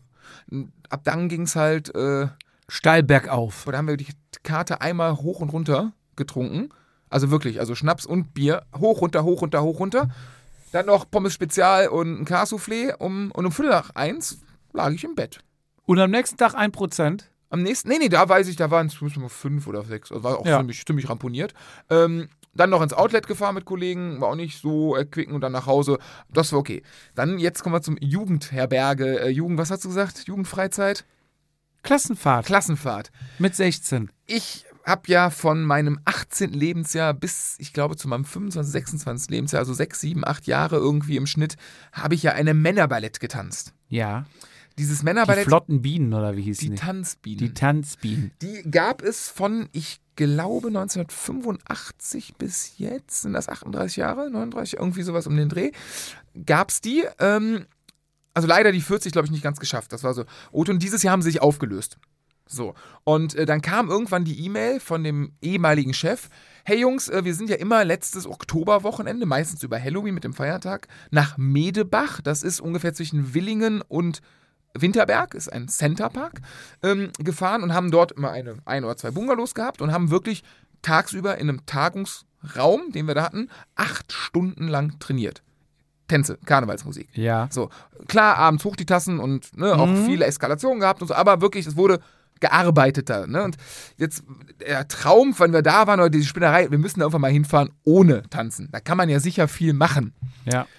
Ab dann ging es halt, äh, Steil bergauf. da haben wir die Karte einmal hoch und runter getrunken. Also wirklich, also Schnaps und Bier. Hoch, runter, hoch, runter, hoch, runter. Dann noch Pommes Spezial und ein Cassoufflé. Um, und um Viertel nach eins lag ich im Bett. Und am nächsten Tag ein Prozent. Am nächsten, nee, nee, da weiß ich, da waren es fünf oder sechs. Also war auch Ja. ziemlich, ziemlich ramponiert. Ähm, dann noch ins Outlet gefahren mit Kollegen, war auch nicht so erquickend und dann nach Hause. Das war okay. Dann, jetzt kommen wir zum Jugendherberge. Äh, Jugend, was hast du gesagt? Jugendfreizeit? Klassenfahrt Klassenfahrt. mit sechzehn. Ich habe ja von meinem achtzehnten Lebensjahr bis, ich glaube, zu meinem fünfundzwanzigsten, sechsundzwanzigsten Lebensjahr, also sechs, sieben, acht Jahre irgendwie im Schnitt, habe ich ja eine Männerballett getanzt. Ja. Dieses Die Männerballett, flotten Bienen, oder wie hießen die die? Tanzbienen. Die Tanzbienen. Die gab es von, ich glaube, neunzehnhundertfünfundachtzig bis jetzt, sind das achtunddreißig Jahre, neununddreißig, irgendwie sowas um den Dreh, gab es die. Ähm, also leider die vierzig, glaube ich, nicht ganz geschafft. Das war so. Und dieses Jahr haben sie sich aufgelöst. So. Und äh, dann kam irgendwann die E-Mail von dem ehemaligen Chef. Hey Jungs, äh, wir sind ja immer letztes Oktoberwochenende, meistens über Halloween mit dem Feiertag, nach Medebach. Das ist ungefähr zwischen Villingen und Winterberg, ist ein Centerpark, ähm, gefahren und haben dort immer eine, ein oder zwei Bungalows gehabt und haben wirklich tagsüber in einem Tagungsraum, den wir da hatten, acht Stunden lang trainiert. Tänze, Karnevalsmusik. Ja. So, klar, abends hoch die Tassen und ne, auch Mhm. viele Eskalationen gehabt und so, aber wirklich, es wurde gearbeitet da. Ne? Und jetzt der Traum, wenn wir da waren, oder diese Spinnerei, wir müssen da irgendwann mal hinfahren ohne tanzen. Da kann man ja sicher viel machen. Ja.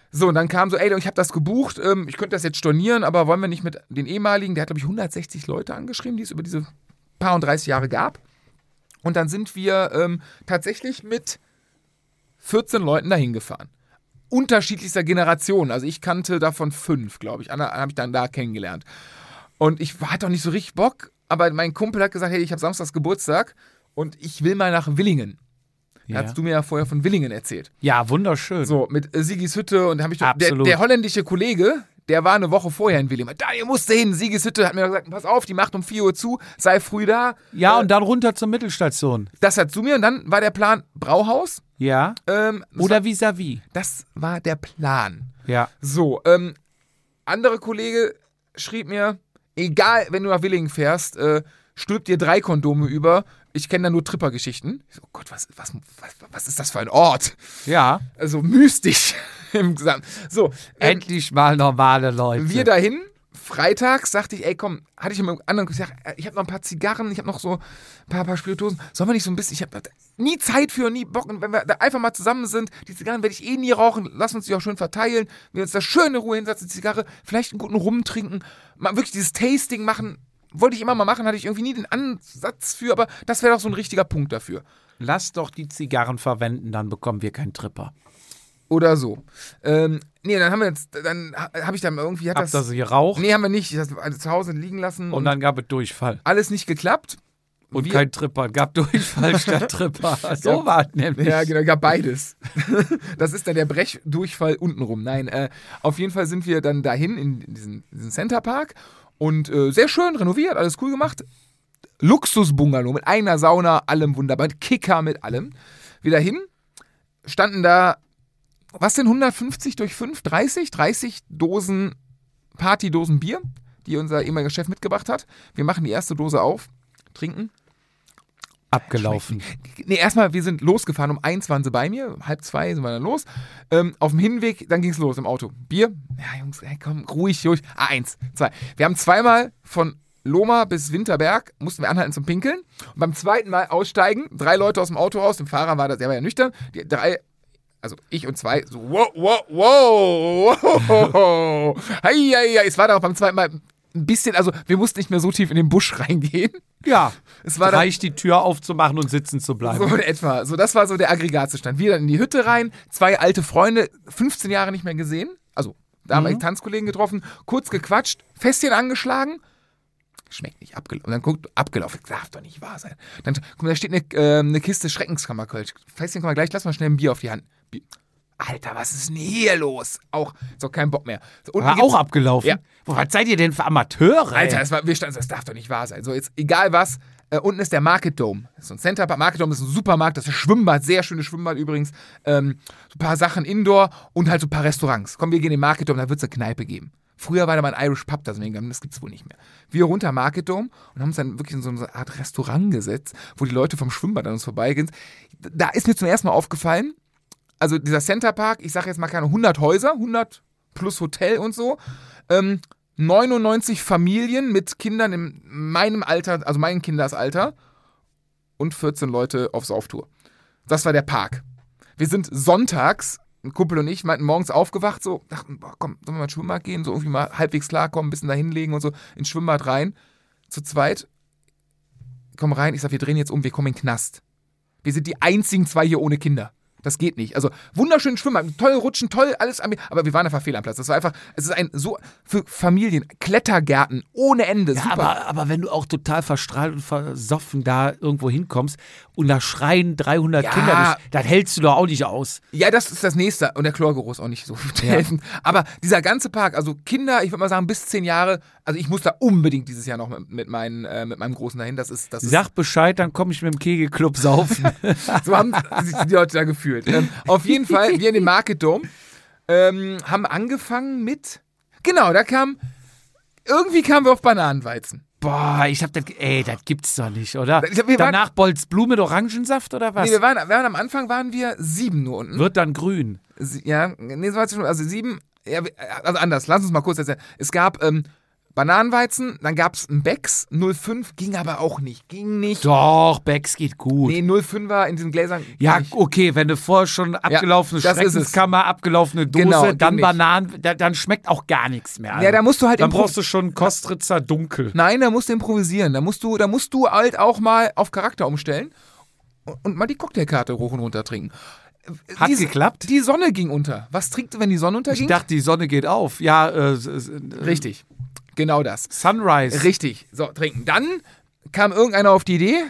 So, und dann kam so, ey, ich habe das gebucht, ähm, ich könnte das jetzt stornieren, aber wollen wir nicht mit den ehemaligen, der hat, glaube ich, hundertsechzig Leute angeschrieben, die es über diese paar und dreißig Jahre gab. Und dann sind wir ähm, tatsächlich mit vierzehn Leuten dahin gefahren. Unterschiedlichster Generation. Also ich kannte davon fünf, glaube ich. Andere habe ich dann da kennengelernt. Und ich hatte auch nicht so richtig Bock, aber mein Kumpel hat gesagt, hey, ich habe samstags Geburtstag und ich will mal nach Willingen. Da Ja. hast du mir ja vorher von Willingen erzählt. Ja, wunderschön. So, mit äh, Sigis Hütte und habe ich der, Absolut. der holländische Kollege, der war eine Woche vorher in Willingen. Da, ihr musst hin, Sigis Hütte hat mir gesagt, pass auf, die macht um vier Uhr zu, sei früh da. Ja, Äh, und dann runter zur Mittelstation. das hat zu mir und dann war der Plan Brauhaus. Ja. Ähm, das Oder war, vis-à-vis. das war der Plan. Ja. So, ähm, andere Kollege schrieb mir, egal, wenn du nach Willingen fährst, äh, stülp dir drei Kondome über. Ich kenne da nur Tripper-Geschichten. Ich so, oh Gott, was, was, was, was ist das für ein Ort? Ja. Also mystisch im Gesamt. So, ähm, Endlich mal normale Leute. wir dahin. Freitags sagte ich, ey komm, hatte ich mit einem anderen gesagt, ich habe noch ein paar Zigarren, ich habe noch so ein paar, paar Spirituosen. Sollen wir nicht so ein bisschen, ich habe nie Zeit für, nie Bock. Und wenn wir da einfach mal zusammen sind, die Zigarren werde ich eh nie rauchen, lass uns die auch schön verteilen. Wir uns da schön in Ruhe hinsetzen, die Zigarre, vielleicht einen guten Rum trinken, mal wirklich dieses Tasting machen. Wollte ich immer mal machen, hatte ich irgendwie nie den Ansatz für, aber das wäre doch so ein richtiger Punkt dafür. Lass doch die Zigarren verwenden, dann bekommen wir keinen Tripper. Oder so. Ähm, nee, dann haben wir jetzt, dann habe ich dann irgendwie, hat Habt das... ihr geraucht Nee, haben wir nicht. Das war zu Hause liegen lassen. und dann gab es Durchfall. alles nicht geklappt. Und wir- kein Tripper. Gab Durchfall statt Tripper. So Ja. war es nämlich. Ja, genau, gab beides. Das ist dann der Brechdurchfall untenrum. Nein, äh, auf jeden Fall sind wir dann dahin in diesen, diesen Centerpark und äh, sehr schön renoviert, alles cool gemacht. Luxus-Bungalow mit einer Sauna, allem wunderbar, mit Kicker, mit allem. Wieder hin, standen da, was denn, hundertfünfzig durch fünf, dreißig? dreißig Dosen, Partydosen Bier, die unser ehemaliger Chef mitgebracht hat. Wir machen die erste Dose auf, trinken. Abgelaufen. Nee, erstmal, wir sind losgefahren, um eins waren sie bei mir, um halb zwei sind wir dann los. Ähm, auf dem Hinweg, dann ging es los im Auto. Bier, ja Jungs, ey, komm, ruhig, ruhig. Ah, eins, zwei. Wir haben zweimal von Lohmar bis Winterberg, mussten wir anhalten zum Pinkeln. Und beim zweiten Mal aussteigen, drei Leute aus dem Auto raus, dem Fahrer war das, der war ja nüchtern, die drei, also ich und zwei, so wow, wow, wow, wow. Hei, hei, hei. Es war dann auch beim zweiten Mal ein bisschen, also wir mussten nicht mehr so tief in den Busch reingehen. Ja. Es war dann, reicht, die Tür aufzumachen und sitzen zu bleiben. so in etwa. So, das war so der Aggregatzustand. Wir dann in die Hütte rein, zwei alte Freunde, fünfzehn Jahre nicht mehr gesehen. Also, da haben wir Mhm. Tanzkollegen getroffen, kurz gequatscht, Fässchen angeschlagen. Schmeckt nicht, abgelaufen. Und dann guckt, abgelaufen. Das darf doch nicht wahr sein. Dann, guck mal, da steht eine, äh, eine Kiste Schreckenskammerkölsch. Fässchen kommen wir gleich, lass mal schnell ein Bier auf die Hand. Bier. Alter, was ist denn hier los? Auch, ist auch kein Bock mehr. So, unten War gibt's- auch abgelaufen. Ja. Wo, was seid ihr denn für Amateure? ey? Alter, das war, wir standen, das darf doch nicht wahr sein. So, jetzt, egal was, äh, unten ist der Market Dome. Das ist so ein Centerpark. Market Dome ist ein Supermarkt, das ist ein Schwimmbad, sehr schönes Schwimmbad übrigens. Ähm, so ein paar Sachen Indoor und halt so ein paar Restaurants. Komm, wir gehen in den Market Dome, da wird es eine Kneipe geben. Früher war da mal ein Irish Pub, das gibt es wohl nicht mehr. Wir runter Market Dome und haben uns dann wirklich in so eine Art Restaurant gesetzt, wo die Leute vom Schwimmbad an uns vorbeigehen. Da ist mir zum ersten Mal aufgefallen, also dieser Centerpark, ich sage jetzt mal keine hundert Häuser, hundert plus Hotel und so, ähm, neunundneunzig Familien mit Kindern in meinem Alter, also meinem Kindesalter und vierzehn Leute auf Sauftour. Das war der Park. Wir sind sonntags, ein Kumpel und ich, meinten morgens aufgewacht, so, dachten, boah, komm, sollen wir mal ins Schwimmbad gehen, so irgendwie mal halbwegs klarkommen, ein bisschen da hinlegen und so, ins Schwimmbad rein. Zu zweit, komm rein, ich sag, wir drehen jetzt um, wir kommen in den Knast. Wir sind die einzigen zwei hier ohne Kinder. Das geht nicht. Also wunderschön schwimmen, toll rutschen, toll, alles an mir. Aber wir waren einfach fehl am Platz. Das war einfach, es ist ein so für Familien, Klettergärten ohne Ende. Ja, super. aber, aber wenn du auch total verstrahlt und versoffen da irgendwo hinkommst und da schreien dreihundert Ja. Kinder, durch, das hältst du doch auch nicht aus. Ja, das ist das Nächste. Und der Chlorgeruch ist auch nicht so Ja. helfen. Aber dieser ganze Park, also Kinder, ich würde mal sagen bis zehn Jahre, also ich muss da unbedingt dieses Jahr noch mit, mit, meinen, äh, mit meinem Großen dahin. Das ist, das ist Sag Bescheid, dann komme ich mit dem Kegelclub saufen. so haben sich die Leute da gefühlt. Ähm, auf jeden Fall, wir in den Market Dome ähm, haben angefangen mit, genau, da kam, irgendwie kamen wir auf Bananenweizen. Boah, ich hab das, ey, das gibt's doch nicht, oder? Ich hab- wir waren- Danach Bolzblume mit Orangensaft oder was? Nee, wir waren, wir waren am Anfang waren wir sieben nur unten. Wird dann grün. Sie, ja, nee, so war es schon, also sieben, ja, wir- also anders, lass uns mal kurz erzählen. Es gab ähm, Bananenweizen, dann gab es einen Becks, null Komma fünf, ging aber auch nicht, ging nicht. Doch, Becks geht gut. Nee, null Komma fünfer in diesen Gläsern. Ja, nicht. Okay, wenn du vorher schon abgelaufene das ist es. Schreckenskammer, abgelaufene Dose, Genau, dann nicht. Bananen, da, dann schmeckt auch gar nichts mehr. Ja, da musst du halt Dann impro- brauchst du schon Kostritzer dunkel. Nein, da musst du improvisieren. Da musst du, da musst du halt auch mal auf Charakter umstellen und, und mal die Cocktailkarte hoch und runter trinken. Hat die, geklappt? Die Sonne ging unter. Was trinkt du, wenn die Sonne unterging? Ich dachte, die Sonne geht auf. Ja, äh, äh, Richtig. Genau das. Sunrise. Richtig. So, trinken. Dann kam irgendeiner auf die Idee,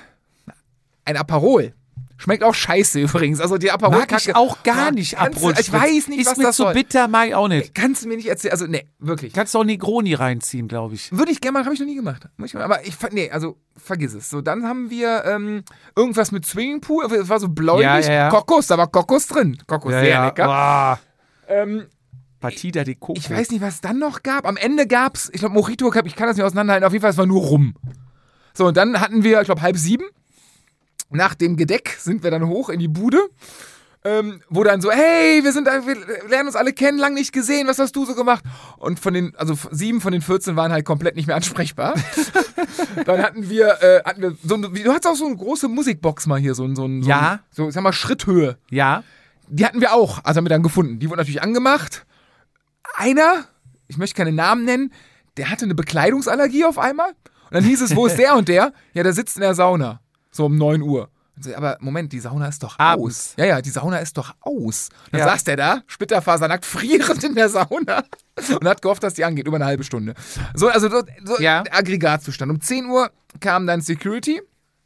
ein Aperol. Schmeckt auch scheiße übrigens. Also die Aperol Mag ich auch gar nicht kannst du- abrutschen. Ich weiß nicht, Ist was mir das zu soll. bitter, mag ich auch nicht. Kannst du mir nicht erzählen. Also, nee, wirklich. Kannst du auch Negroni reinziehen, glaube ich. Würde ich gerne mal, habe ich noch nie gemacht. Muss ich mal- Aber ich, ver- nee, also vergiss es. So, dann haben wir ähm, irgendwas mit Swimmingpool. Es war so bläulich. Ja, ja, ja. Kokos, da war Kokos drin. Kokos, sehr lecker. Boah. Ähm, Partida de Coco. ich weiß nicht, was es dann noch gab. Am Ende gab es, ich glaube, Mojito, ich kann das nicht auseinanderhalten. Auf jeden Fall, es war nur rum. So, und dann hatten wir, ich glaube, halb sieben. Nach dem Gedeck sind wir dann hoch in die Bude. Ähm, wo dann so, hey, wir sind da, wir lernen uns alle kennen, lang nicht gesehen, was hast du so gemacht? Und von den, also sieben von den vierzehn waren halt komplett nicht mehr ansprechbar. Dann hatten wir, äh, hatten wir so, du hattest auch so eine große Musikbox mal hier, so ein, so ein, so, Ja. ein, so, sag mal, Schritthöhe. Ja. Die hatten wir auch, also haben wir dann gefunden. Die wurden natürlich angemacht. Einer, ich möchte keine Namen nennen, der hatte eine Bekleidungsallergie auf einmal. Und dann hieß es, wo ist der und der? Ja, der sitzt in der Sauna. So um neun Uhr. Aber Moment, die Sauna ist doch Abends. aus. Ja, ja, die Sauna ist doch aus. Dann Ja. saß der da, splitterfasernackt, frierend in der Sauna und hat gehofft, dass die angeht, über eine halbe Stunde. So, also so, so Ja. Aggregatzustand. Um zehn Uhr kam dann Security.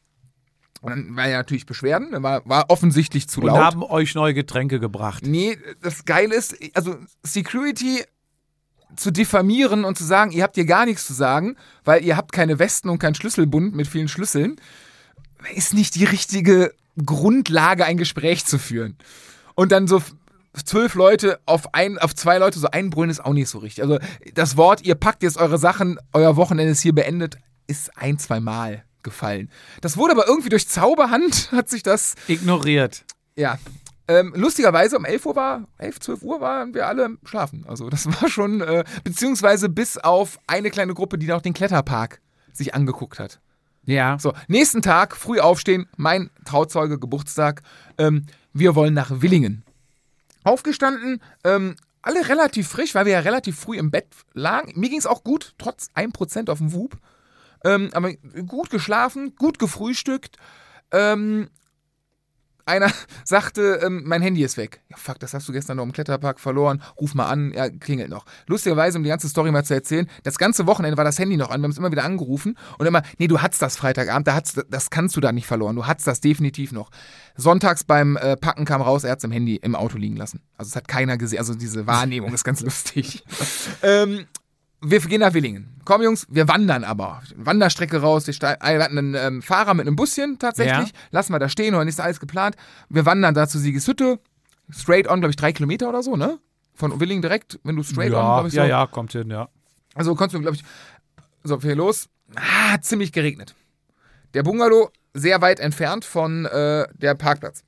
Und dann war ja natürlich Beschwerden, dann war, war offensichtlich zu Und laut. haben euch neue Getränke gebracht. Nee, das Geile ist, also Security zu diffamieren und zu sagen, ihr habt hier gar nichts zu sagen, weil ihr habt keine Westen und keinen Schlüsselbund mit vielen Schlüsseln, ist nicht die richtige Grundlage, ein Gespräch zu führen. Und dann so f- zwölf Leute auf ein, auf zwei Leute so einbrüllen ist auch nicht so richtig. Also das Wort, ihr packt jetzt eure Sachen, euer Wochenende ist hier beendet, ist ein, zwei Mal gefallen. Das wurde aber irgendwie durch Zauberhand, hat sich das, Ignoriert. ja. Ähm, lustigerweise um elf Uhr war, elf, zwölf Uhr waren wir alle schlafen. Also das war schon, äh, beziehungsweise bis auf eine kleine Gruppe, die noch den Kletterpark sich angeguckt hat. Ja. So, nächsten Tag, früh aufstehen, mein Trauzeuge, Geburtstag, ähm, wir wollen nach Willingen. Aufgestanden, ähm, alle relativ frisch, weil wir ja relativ früh im Bett lagen. Mir ging es auch gut, trotz ein Prozent auf dem W U B. Ähm, aber gut geschlafen, gut gefrühstückt. Ähm, einer sagte, ähm, mein Handy ist weg. Ja, fuck, das hast du gestern noch im Kletterpark verloren. Ruf mal an, ja, klingelt noch. Lustigerweise, um die ganze Story mal zu erzählen, das ganze Wochenende war das Handy noch an. Wir haben es immer wieder angerufen und immer, nee, du hattest das Freitagabend, da hattest, das kannst du da nicht verloren. Du hattest das definitiv noch. Sonntags beim äh, Packen kam raus, er hat es im Handy im Auto liegen lassen. Also es hat keiner gesehen. Also diese Wahrnehmung ist ganz lustig. ähm, Wir gehen nach Willingen. Komm, Jungs, wir wandern aber. Wanderstrecke raus. Wir, ste- wir hatten einen ähm, Fahrer mit einem Buschen tatsächlich. Ja. Lassen wir da stehen, oder ist alles geplant. Wir wandern da zu Siegeshütte. Straight on, glaube ich, drei Kilometer oder so, ne? Von Willingen direkt, wenn du straight on, Ja, glaube ich, so. ja, ja, kommt hin, ja. Also konntest du, glaube ich, so viel los. Ah, hat ziemlich geregnet. Der Bungalow sehr weit entfernt von äh, der Parkplatz.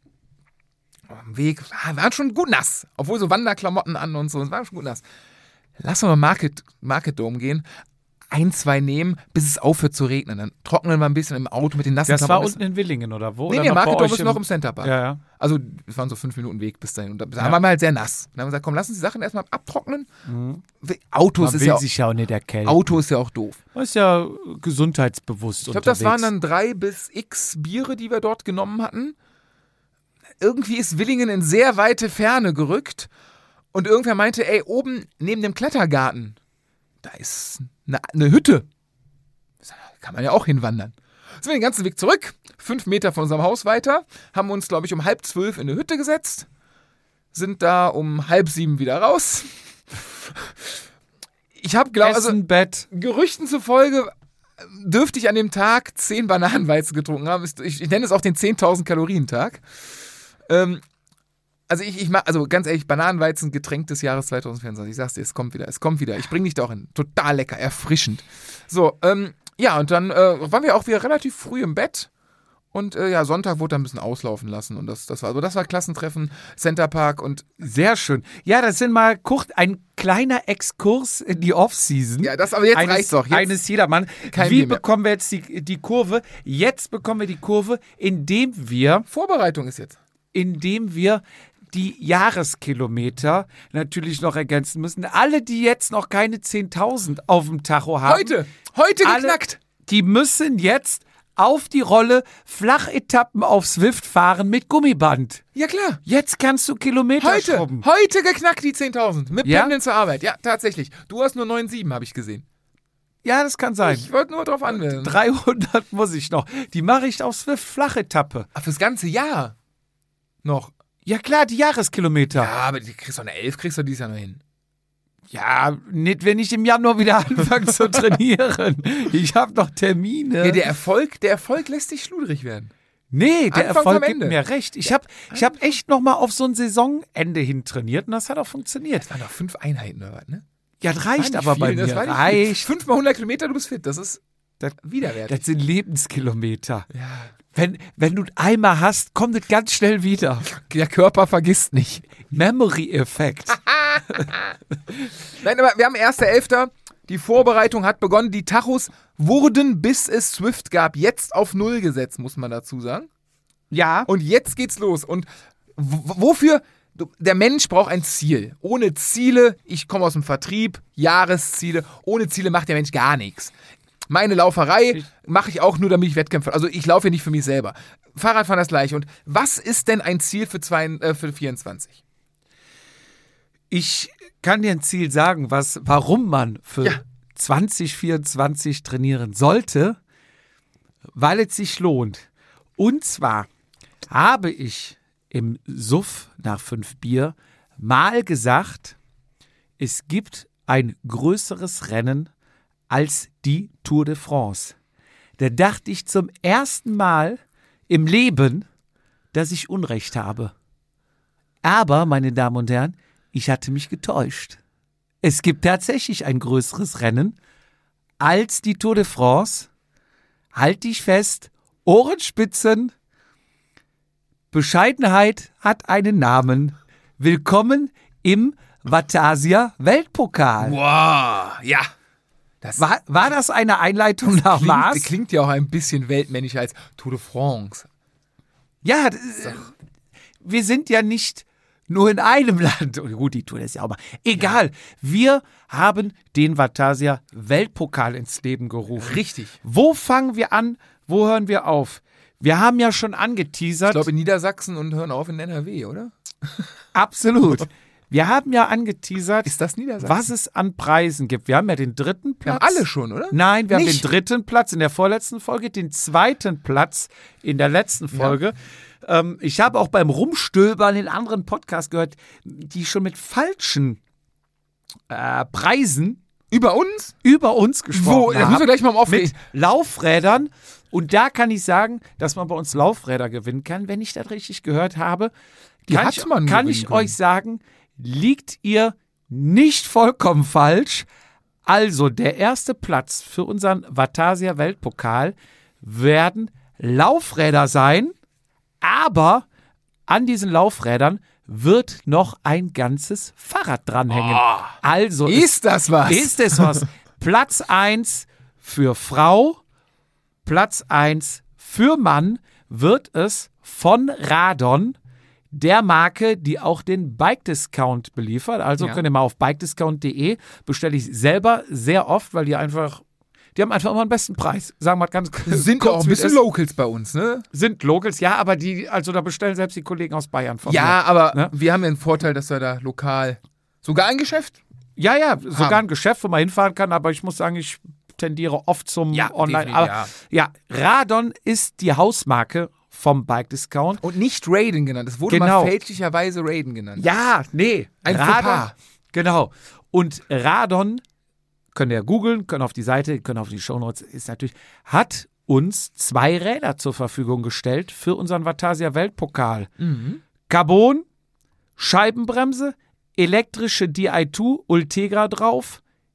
Am Weg, ah, waren schon gut nass. Obwohl so Wanderklamotten an und so, es war schon gut nass. Lass uns mal Market, Market Dome gehen. Ein, zwei nehmen, bis es aufhört zu regnen. Dann trocknen wir ein bisschen im Auto mit den nassen Das war Klamotten. unten in Willingen, oder wo? Nee, oder nee, noch bei Market Dome euch ist noch im Centerpark. Ja, ja. Also, es waren so fünf Minuten Weg bis dahin. Und da, da Ja. waren wir halt sehr nass. Dann haben wir gesagt, komm, lass uns die Sachen erstmal abtrocknen. Mhm. Autos Man ist will ja, sich ja auch nicht erkälten. Auto ist ja auch doof. Man ist ja gesundheitsbewusst Ich glaube, das waren dann drei bis x Biere, die wir dort genommen hatten. Irgendwie ist Willingen in sehr weite Ferne gerückt. Und irgendwer meinte, ey, oben neben dem Klettergarten, da ist eine, eine Hütte. Kann man ja auch hinwandern. Sind wir den ganzen Weg zurück, fünf Meter von unserem Haus weiter, haben uns, glaube ich, um halb zwölf in eine Hütte gesetzt, sind da um halb sieben wieder raus. Ich habe, glaube also Essen, Bett. Gerüchten zufolge dürfte ich an dem Tag zehn Bananenweizen getrunken haben. Ich, ich nenne es auch den zehntausend Kalorien-Tag. Ähm, also ich, ich mach, also ganz ehrlich, Bananenweizen, Getränk des Jahres zwanzig vierundzwanzig. Ich sag's dir, es kommt wieder, es kommt wieder. Ich bring dich da auch hin. Total lecker, erfrischend. So, ähm, ja, und dann äh, waren wir auch wieder relativ früh im Bett Und äh, ja, Sonntag wurde dann ein bisschen auslaufen lassen. Und das, das war also das war Klassentreffen, Centerpark und Sehr schön. Ja, das sind mal kurz ein kleiner Exkurs in die Offseason. ja, das aber jetzt eines, reicht's doch. Jetzt, eines jedermann. kein Wie Bier mehr. bekommen wir jetzt die, die Kurve? Jetzt bekommen wir die Kurve, indem wir, Vorbereitung ist jetzt. indem wir die Jahreskilometer natürlich noch ergänzen müssen. Alle, die jetzt noch keine zehntausend auf dem Tacho haben. Heute, heute alle, geknackt. Die müssen jetzt auf die Rolle Flachetappen auf Zwift fahren mit Gummiband. Ja klar. Jetzt kannst du Kilometer Heute, schrubben. heute geknackt die zehntausend. Mit Ja? Pendeln zur Arbeit. Ja, tatsächlich. Du hast nur neun Komma sieben, habe ich gesehen. Ja, das kann sein. Ich wollte nur drauf anwenden. dreihundert muss ich noch. Die mache ich auf Zwift Flachetappe. Ach, fürs ganze Jahr noch. Ja klar, die Jahreskilometer. Ja, aber die kriegst du eine elf, kriegst du dieses Jahr noch hin. Ja, nicht, wenn ich im Januar wieder anfange zu trainieren. Ich habe noch Termine. Ja, der Erfolg, der Erfolg lässt dich schludrig werden. nee, der Anfang Erfolg vom gibt Ende. mir recht. Ich habe ich hab echt noch mal auf so ein Saisonende hin trainiert und das hat auch funktioniert. Das waren noch fünf Einheiten oder was, ne? Ja, das War reicht nicht aber viel, bei das mir. war nicht Reicht. viel. Fünfmal hundert Kilometer, du bist fit. Das ist Das, widerwärtig. das sind Lebenskilometer. Ja. Wenn, wenn du einmal hast, kommt es ganz schnell wieder. Der Körper vergisst nicht. Memory-Effekt. Nein, aber wir haben erster elfter Die Vorbereitung hat begonnen. Die Tachos wurden, bis es Zwift gab, jetzt auf Null gesetzt, muss man dazu sagen. Ja. Und jetzt geht's los. Und w- wofür? Du- Der Mensch braucht ein Ziel. Ohne Ziele, ich komme aus dem Vertrieb, Jahresziele, ohne Ziele macht der Mensch gar nichts. Meine Lauferei mache ich auch nur, damit ich Wettkämpfe. Also ich laufe ja nicht für mich selber. Fahrradfahren das gleiche. Und was ist denn ein Ziel für, zwei, äh, für vierundzwanzig? Ich kann dir ein Ziel sagen, was, warum man für Ja. zwanzig vierundzwanzig trainieren sollte, weil es sich lohnt. Und zwar habe ich im Suff nach fünf Bier mal gesagt, es gibt ein größeres Rennen als die Tour de France. Da dachte ich zum ersten Mal im Leben, dass ich Unrecht habe. Aber, meine Damen und Herren, ich hatte mich getäuscht. Es gibt tatsächlich ein größeres Rennen als die Tour de France. Halt dich fest, Ohrenspitzen. Bescheidenheit hat einen Namen. Willkommen im Vatasia Weltpokal. Wow, ja. Das War, war das eine Einleitung nach klingt, Maß? klingt ja auch ein bisschen weltmännischer als Tour de France. Ja, das, äh, wir sind ja nicht nur in einem Land. Oh, gut, die Tour ist ja auch mal. Egal, wir haben den Vatasia Weltpokal ins Leben gerufen. Richtig. Wo fangen wir an? Wo hören wir auf? Wir haben ja schon angeteasert. Ich glaube in Niedersachsen und hören auf in N R W, oder? Absolut. Wir haben ja angeteasert, Ist das Niedersachsen? was es an Preisen gibt. Wir haben ja den dritten Wir Platz. haben alle schon, oder? Nein, wir Nicht? haben den dritten Platz in der vorletzten Folge, den zweiten Platz in der letzten Folge. Ähm, ich habe auch beim Rumstöbern in anderen Podcasts gehört, die schon mit falschen äh, Preisen Über uns? über uns gesprochen Wo? Da haben. müssen wir gleich mal am Mit Aufregen. Laufrädern. Und da kann ich sagen, dass man bei uns Laufräder gewinnen kann, wenn ich das richtig gehört habe. Die kann hat ich, man kann gewinnen ich können. euch sagen, liegt ihr nicht vollkommen falsch. Also der erste Platz für unseren Vatasia Weltpokal werden Laufräder sein, aber an diesen Laufrädern wird noch ein ganzes Fahrrad dranhängen. Also es- Ist das was? ist es was? Platz eins für Frau, Platz eins für Mann wird es von Radon, der Marke, die auch den Bike Discount beliefert. Also Ja. könnt ihr mal auf bike discount punkt de, bestelle ich selber sehr oft, weil die einfach, die haben einfach immer den besten Preis. Sagen wir mal ganz Sind kurz, auch ein wie es bisschen ist. Locals bei uns, ne? Sind Locals, ja, aber die, also da bestellen selbst die Kollegen aus Bayern von Ja, mir. aber Ne? wir haben ja den Vorteil, dass wir da lokal sogar ein Geschäft. Ja, ja, sogar Haben. ein Geschäft, wo man hinfahren kann, aber ich muss sagen, ich tendiere oft zum Ja, Online. definitiv, Aber ja, Radon ist die Hausmarke vom Bike Discount. Und nicht Raiden genannt. Es wurde Genau. mal fälschlicherweise Raiden genannt. Ja, nee. Ein Radon, Fauxpas. Genau. Und Radon, könnt ihr googeln, können auf die Seite, können auf die Shownotes, ist natürlich, hat uns zwei Räder zur Verfügung gestellt für unseren Vatasia Weltpokal. Mhm. Carbon, Scheibenbremse, elektrische D I zwei Ultegra drauf,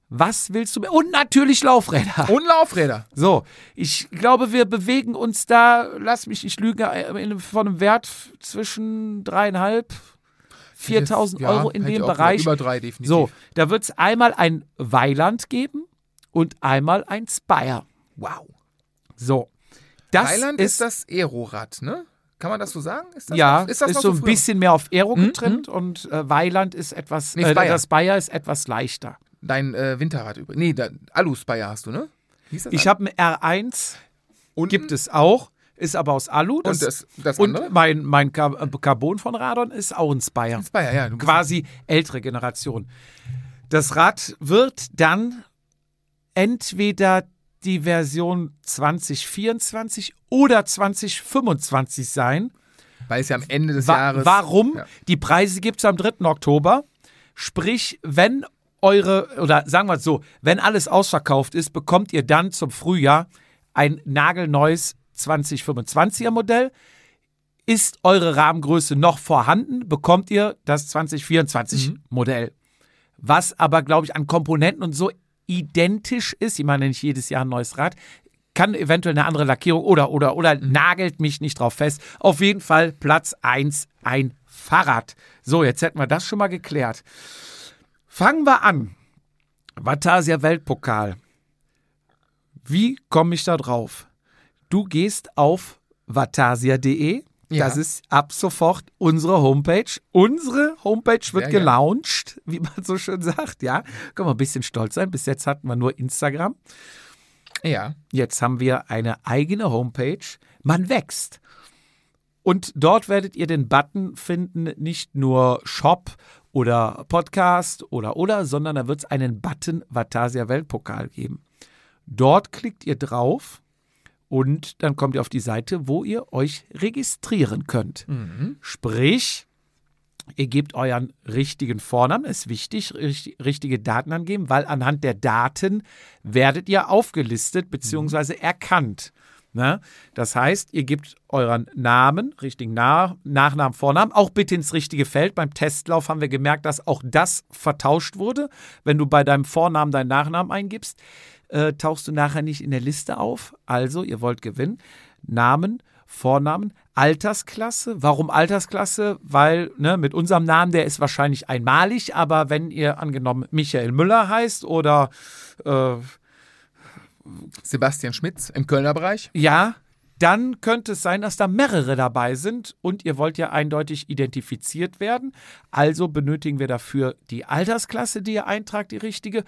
Was willst du mehr? Und natürlich Laufräder. Und Laufräder. So, ich glaube, wir bewegen uns da, lass mich nicht lügen, von einem Wert zwischen dreieinhalb, viertausend Ja, Euro in hätte ich dem auch Bereich. Über drei definitiv. So, da wird es einmal ein Weiland geben und einmal ein Spire. Wow. So, das Weiland ist, ist das Aerorad, ne? Kann man das so sagen? Ist das ja, noch, ist, das ist noch so ein früher? bisschen mehr auf Aero Mhm, getrimmt und äh, Weiland ist etwas, Nee, äh, Spire. das Spire ist etwas leichter. Dein äh, Winterrad übrigens. Nee, da, Alu-Spire hast du, ne? Hieß das Ich habe ein R eins, Unten? gibt es auch, ist aber aus Alu. Und das, das und andere? mein, mein Car- äh, Carbon von Radon ist auch ein Spire. Spire, ja. Du bist- Quasi ältere Generation. Das Rad wird dann entweder die Version zwanzig vierundzwanzig oder zwanzig fünfundzwanzig sein. Weil es ja am Ende des Wa- Jahres. Warum? Ja. Die Preise gibt es am dritten Oktober. Sprich, wenn eure, oder sagen wir es so, wenn alles ausverkauft ist, bekommt ihr dann zum Frühjahr ein nagelneues zwanzig fünfundzwanziger Modell. Ist eure Rahmengröße noch vorhanden, bekommt ihr das zwanzig vierundzwanzig Modell. Was aber, glaube ich, an Komponenten und so identisch ist. Ich meine nicht jedes Jahr ein neues Rad. Kann eventuell eine andere Lackierung oder, oder, oder nagelt mich nicht drauf fest. Auf jeden Fall Platz eins, ein Fahrrad. So, jetzt hätten wir das schon mal geklärt. Fangen wir an. Vatasia Weltpokal. Wie komme ich da drauf? Du gehst auf vatasia punkt de. Ja. Das ist ab sofort unsere Homepage. Unsere Homepage wird Sehr gelauncht, wie man so schön sagt. Ja, können wir ein bisschen stolz sein. Bis jetzt hatten wir nur Instagram. Ja. Jetzt haben wir eine eigene Homepage. Man wächst. Und dort werdet ihr den Button finden, nicht nur Shop oder Podcast oder oder, sondern da wird es einen Button Vatasia Weltpokal geben. Dort klickt ihr drauf und dann kommt ihr auf die Seite, wo ihr euch registrieren könnt. Mhm. Sprich, ihr gebt euren richtigen Vornamen, ist wichtig, richtig, richtige Daten angeben, weil anhand der Daten werdet ihr aufgelistet bzw. erkannt. Ne? Das heißt, ihr gebt euren Namen, richtigen Na- Nachnamen, Vornamen, auch bitte ins richtige Feld. Beim Testlauf haben wir gemerkt, dass auch das vertauscht wurde. Wenn du bei deinem Vornamen deinen Nachnamen eingibst, äh, tauchst du nachher nicht in der Liste auf. Also, ihr wollt gewinnen. Namen, Vornamen, Altersklasse. Warum Altersklasse? Weil ne, mit unserem Namen, der ist wahrscheinlich einmalig, aber wenn ihr angenommen Michael Müller heißt oder äh, Sebastian Schmitz im Kölner Bereich. ja, dann könnte es sein, dass da mehrere dabei sind und ihr wollt ja eindeutig identifiziert werden. Also benötigen wir dafür die Altersklasse, die ihr eintragt, die richtige.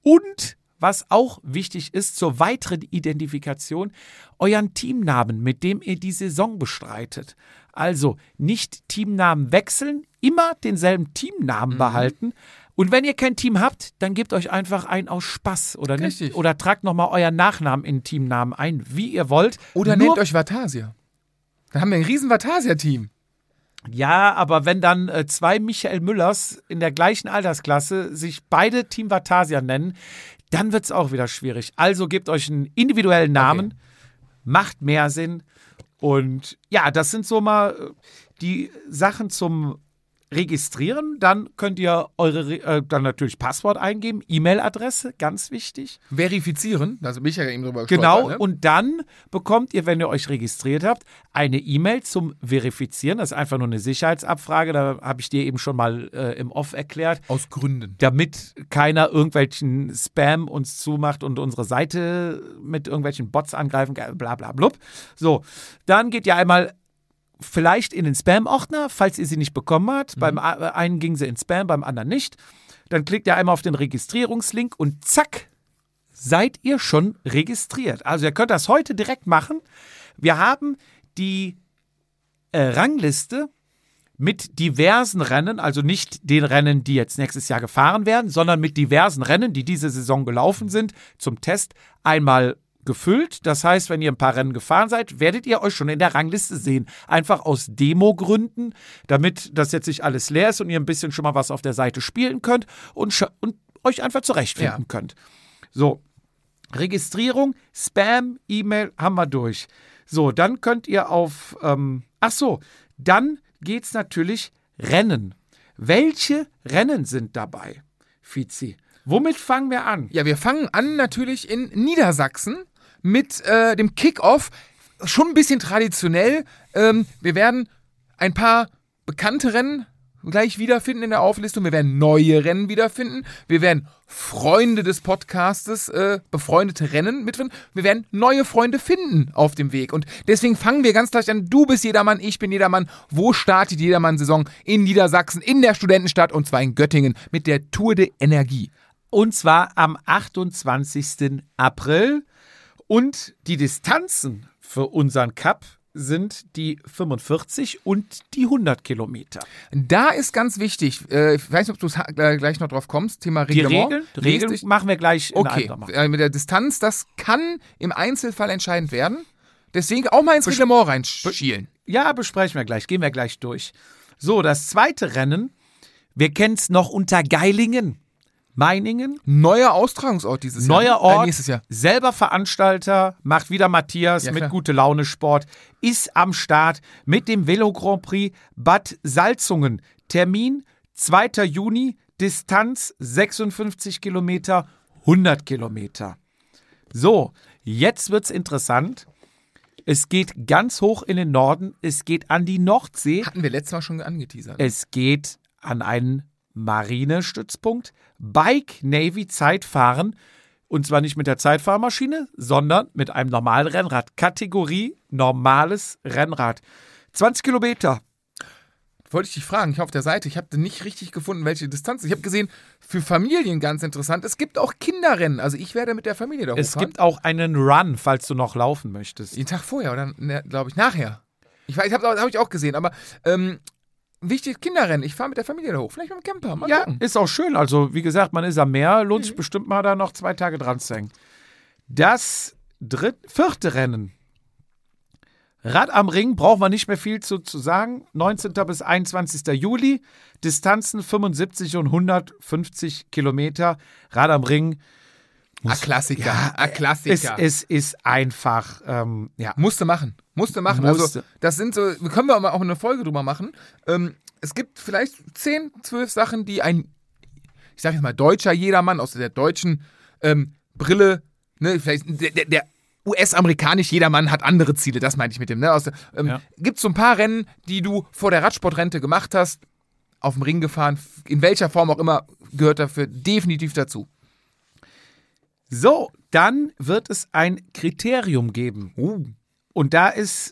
Und was auch wichtig ist zur weiteren Identifikation, euren Teamnamen, mit dem ihr die Saison bestreitet. Also nicht Teamnamen wechseln, immer denselben Teamnamen Mhm. behalten. Und wenn ihr kein Team habt, dann gebt euch einfach ein aus Spaß oder nicht. Richtig. Oder tragt nochmal euren Nachnamen in den Teamnamen ein, wie ihr wollt. Oder Nur, nehmt euch Vatasia. Da haben wir ein riesen Vatasia-Team. Ja, aber wenn dann äh, zwei Michael Müllers in der gleichen Altersklasse sich beide Team Vatasia nennen, dann wird es auch wieder schwierig. Also gebt euch einen individuellen Namen, macht mehr Sinn. Und ja, das sind so mal äh, die Sachen zum Registrieren. Dann könnt ihr eure, Re- äh, dann natürlich Passwort eingeben, E-Mail-Adresse, ganz wichtig. Verifizieren. Da bin ich ja eben drüber Genau, gestolpert, ne? und dann bekommt ihr, wenn ihr euch registriert habt, eine E-Mail zum Verifizieren. Das ist einfach nur eine Sicherheitsabfrage. Da habe ich dir eben schon mal äh, im Off erklärt. Aus Gründen. Damit keiner irgendwelchen Spam uns zumacht und unsere Seite mit irgendwelchen Bots angreifen, bla bla blub. So, dann geht ihr einmal vielleicht in den Spam-Ordner, falls ihr sie nicht bekommen habt. Mhm. Beim einen ging sie in Spam, beim anderen nicht. Dann klickt ihr einmal auf den Registrierungslink und zack, seid ihr schon registriert. Also ihr könnt das heute direkt machen. Wir haben die äh, Rangliste mit diversen Rennen, also nicht den Rennen, die jetzt nächstes Jahr gefahren werden, sondern mit diversen Rennen, die diese Saison gelaufen sind, zum Test einmal gefüllt. Das heißt, wenn ihr ein paar Rennen gefahren seid, werdet ihr euch schon in der Rangliste sehen. Einfach aus Demo-Gründen, damit das jetzt nicht alles leer ist und ihr ein bisschen schon mal was auf der Seite spielen könnt und, sch- und euch einfach zurechtfinden Ja. könnt. So, Registrierung, Spam, E-Mail haben wir durch. So, dann könnt ihr auf, ähm, ach so, dann geht es natürlich Rennen. Welche Rennen sind dabei, Fizi? Womit fangen wir an? Ja, wir fangen an natürlich in Niedersachsen mit äh, dem Kick-Off. Schon ein bisschen traditionell. Ähm, wir werden ein paar bekannte Rennen gleich wiederfinden in der Auflistung. Wir werden neue Rennen wiederfinden. Wir werden Freunde des Podcastes, äh, befreundete Rennen mitfinden. Wir werden neue Freunde finden auf dem Weg. Und deswegen fangen wir ganz gleich an. Du bist Jedermann, ich bin Jedermann. Wo startet die Jedermann-Saison? In Niedersachsen, in der Studentenstadt und zwar in Göttingen mit der Tour de Energie. Und zwar am achtundzwanzigsten April. Und die Distanzen für unseren Cup sind die fünfundvierzig und die hundert Kilometer. Da ist ganz wichtig, äh, ich weiß nicht, ob du gleich noch drauf kommst, Thema Reglement. Die Regeln, die Regeln Richtig. machen wir gleich in Okay, einer äh, mit der Distanz, das kann im Einzelfall entscheidend werden. Deswegen auch mal ins Reglement reinschielen. Ja, besprechen wir gleich, gehen wir gleich durch. So, das zweite Rennen, wir kennen es noch unter Geilingen. Meiningen. Neuer Austragungsort dieses Jahr. Neuer Ort, äh, nächstes Jahr. Selber Veranstalter, macht wieder Matthias Ja, mit klar. Gute Laune Sport, ist am Start mit dem Velo Grand Prix Bad Salzungen. Termin zweiter Juni, Distanz sechsundfünfzig Kilometer, hundert Kilometer. So, jetzt wird's interessant. Es geht ganz hoch in den Norden, es geht an die Nordsee, Hatten wir letztes Mal schon angeteasert. es geht an einen Marinestützpunkt, Bike Navy Zeitfahren und zwar nicht mit der Zeitfahrmaschine, sondern mit einem normalen Rennrad. Kategorie normales Rennrad. zwanzig Kilometer. Wollte ich dich fragen, ich war auf der Seite, ich habe nicht richtig gefunden, welche Distanz. Ich habe gesehen, für Familien ganz interessant, es gibt auch Kinderrennen. Also ich werde mit der Familie da Es hochfahren. gibt auch einen Run, falls du noch laufen möchtest. Den Tag vorher oder, ne, glaube ich, nachher. Ich weiß, habe hab ich auch gesehen, aber ähm, wichtig, Kinderrennen. Ich fahre mit der Familie da hoch. Vielleicht mit dem Camper. Mal Ja, gucken. ist auch schön. Also, wie gesagt, man ist am Meer, lohnt sich Mhm. bestimmt mal da noch zwei Tage dran zu hängen. Das dritt, vierte Rennen. Rad am Ring, brauchen wir nicht mehr viel zu, zu sagen. neunzehnten bis einundzwanzigsten Juli. Distanzen fünfundsiebzig und hundertfünfzig Kilometer. Rad am Ring. A Klassiker. Ja, A Klassiker. Es, es ist einfach, ähm, ja. Musste machen. Musste machen. Musste. Also, das sind so, können wir auch mal auch eine Folge drüber machen. Ähm, es gibt vielleicht zehn, zwölf Sachen, die ein, ich sag jetzt mal, deutscher Jedermann aus der deutschen ähm, Brille, ne, vielleicht der, der, der U S-amerikanisch Jedermann hat andere Ziele, das meinte ich mit dem, ne? Aus der, ähm, Ja. Gibt es so ein paar Rennen, die du vor der Radsportrente gemacht hast, auf dem Ring gefahren, in welcher Form auch immer, gehört dafür definitiv dazu. So, dann wird es ein Kriterium geben. Uh. Und da ist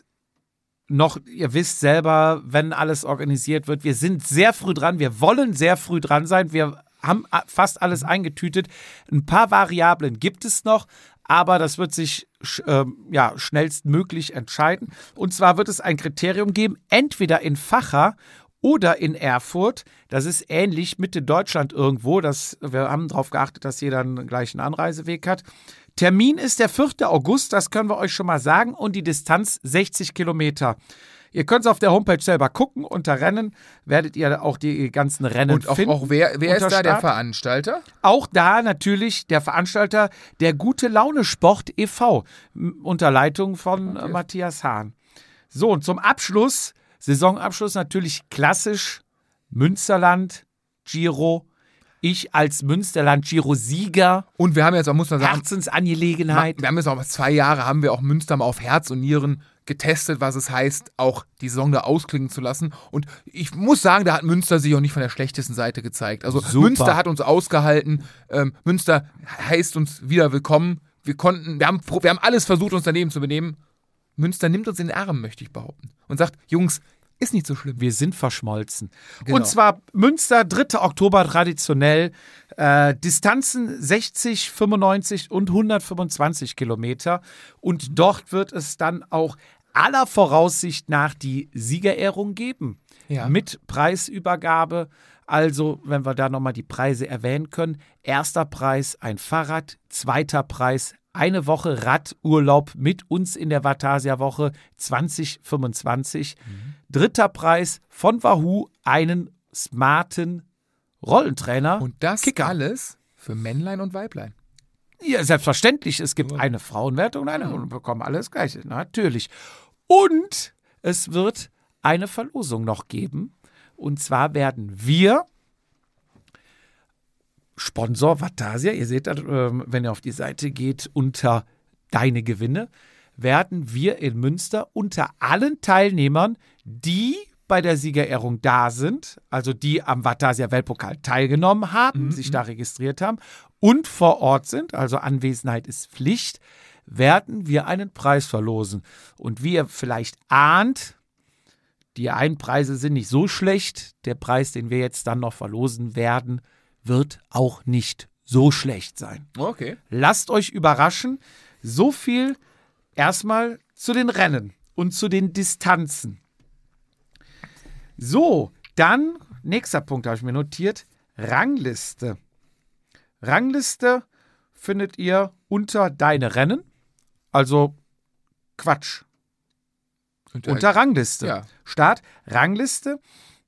noch, ihr wisst selber, wenn alles organisiert wird, wir sind sehr früh dran, wir wollen sehr früh dran sein, wir haben fast alles eingetütet. Ein paar Variablen gibt es noch, aber das wird sich äh, ja, schnellstmöglich entscheiden. Und zwar wird es ein Kriterium geben, entweder in Vacha oder in Erfurt. Das ist ähnlich Mitte Deutschland irgendwo. Das, wir haben darauf geachtet, dass jeder einen gleichen Anreiseweg hat. Termin ist der vierten August, das können wir euch schon mal sagen. Und die Distanz sechzig Kilometer. Ihr könnt es auf der Homepage selber gucken. Unter Rennen werdet ihr auch die ganzen Rennen Und auch, finden. auch wer, wer ist da der Start. Veranstalter? Auch da natürlich der Veranstalter, der Gute Laune Sport e V m- unter Leitung von Matthias, Matthias Hahn. So, und zum Abschluss, Saisonabschluss natürlich klassisch Münsterland, Giro. Ich als Münsterland-Giro-Sieger, Und wir haben jetzt auch, muss man sagen, Herzensangelegenheit. wir haben jetzt auch zwei Jahre, haben wir auch Münster mal auf Herz und Nieren getestet, was es heißt, auch die Saison da ausklingen zu lassen. Und ich muss sagen, da hat Münster sich auch nicht von der schlechtesten Seite gezeigt. Also Super. Münster hat uns ausgehalten. Ähm, Münster heißt uns wieder willkommen. Wir konnten, wir haben, wir haben alles versucht, uns daneben zu benehmen. Münster nimmt uns in den Arm, möchte ich behaupten. Und sagt, Jungs, ist nicht so schlimm. Wir sind verschmolzen. Genau. Und zwar Münster, dritter Oktober traditionell. Äh, Distanzen sechzig, fünfundneunzig und hundertfünfundzwanzig Kilometer. Und dort wird es dann auch aller Voraussicht nach die Siegerehrung geben. Ja. Mit Preisübergabe. Also, wenn wir da nochmal die Preise erwähnen können. Erster Preis ein Fahrrad, zweiter Preis eine Woche Radurlaub mit uns in der Vatasia-Woche zwanzig fünfundzwanzig. Mhm. Dritter Preis von Wahoo einen smarten Rollentrainer. Und das Kicker. alles für Männlein und Weiblein. Ja, selbstverständlich. Es gibt eine Frauenwertung und eine und bekommen alles Gleiche. Natürlich. Und es wird eine Verlosung noch geben. Und zwar werden wir Sponsor Vatasia, ihr seht das, ähm, wenn ihr auf die Seite geht, unter Deine Gewinne, werden wir in Münster unter allen Teilnehmern, die bei der Siegerehrung da sind, also die am Vatasia Weltpokal teilgenommen haben, mhm. sich da registriert haben und vor Ort sind, also Anwesenheit ist Pflicht, werden wir einen Preis verlosen. Und wie ihr vielleicht ahnt, die Einpreise sind nicht so schlecht. Der Preis, den wir jetzt dann noch verlosen werden, wird auch nicht so schlecht sein. Okay. Lasst euch überraschen. So viel erstmal zu den Rennen und zu den Distanzen. So, dann, nächster Punkt habe ich mir notiert, Rangliste. Rangliste findet ihr unter Deine Rennen, also Quatsch. Unter, unter Rangliste. Ja. Start, Rangliste.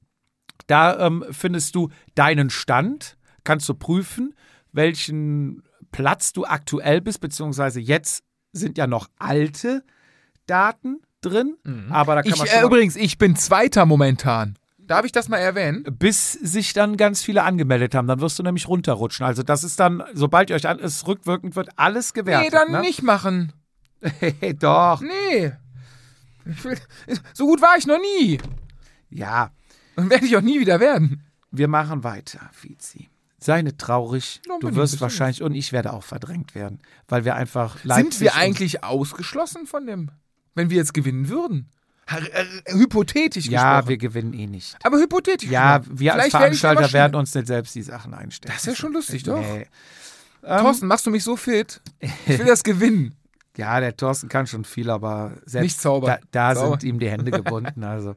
Da ähm, findest du deinen Stand, kannst du prüfen, welchen Platz du aktuell bist, beziehungsweise jetzt sind ja noch alte Daten drin, mhm. aber da kann ich, man schon äh, übrigens, ich bin Zweiter momentan. Darf ich das mal erwähnen? Bis sich dann ganz viele angemeldet haben, dann wirst du nämlich runterrutschen. Also das ist dann, sobald ihr euch an, es rückwirkend wird, alles gewertet. Nee, dann ne? nicht machen. Hey, doch. Nee. Ich will, so gut war ich noch nie. Ja. Und werde ich auch nie wieder werden. Wir machen weiter, Fizi. Sei nicht traurig, Ja, du bin wirst ich wahrscheinlich, und ich werde auch verdrängt werden, weil wir einfach Sind Leipzig wir und- eigentlich ausgeschlossen von dem, wenn wir jetzt gewinnen würden? H äh, hypothetisch Ja, gesprochen. wir gewinnen eh nicht. Aber hypothetisch Ja, gesprochen. wir als Vielleicht werde ich Veranstalter aber werden uns nicht selbst die Sachen einstellen. Das ist ja schon lustig, doch. Nee. Thorsten, machst du mich so fit? Ich will das gewinnen. Ja, der Thorsten kann schon viel, aber selbst Nicht zaubern. da, da Sauber. sind ihm die Hände gebunden. Also.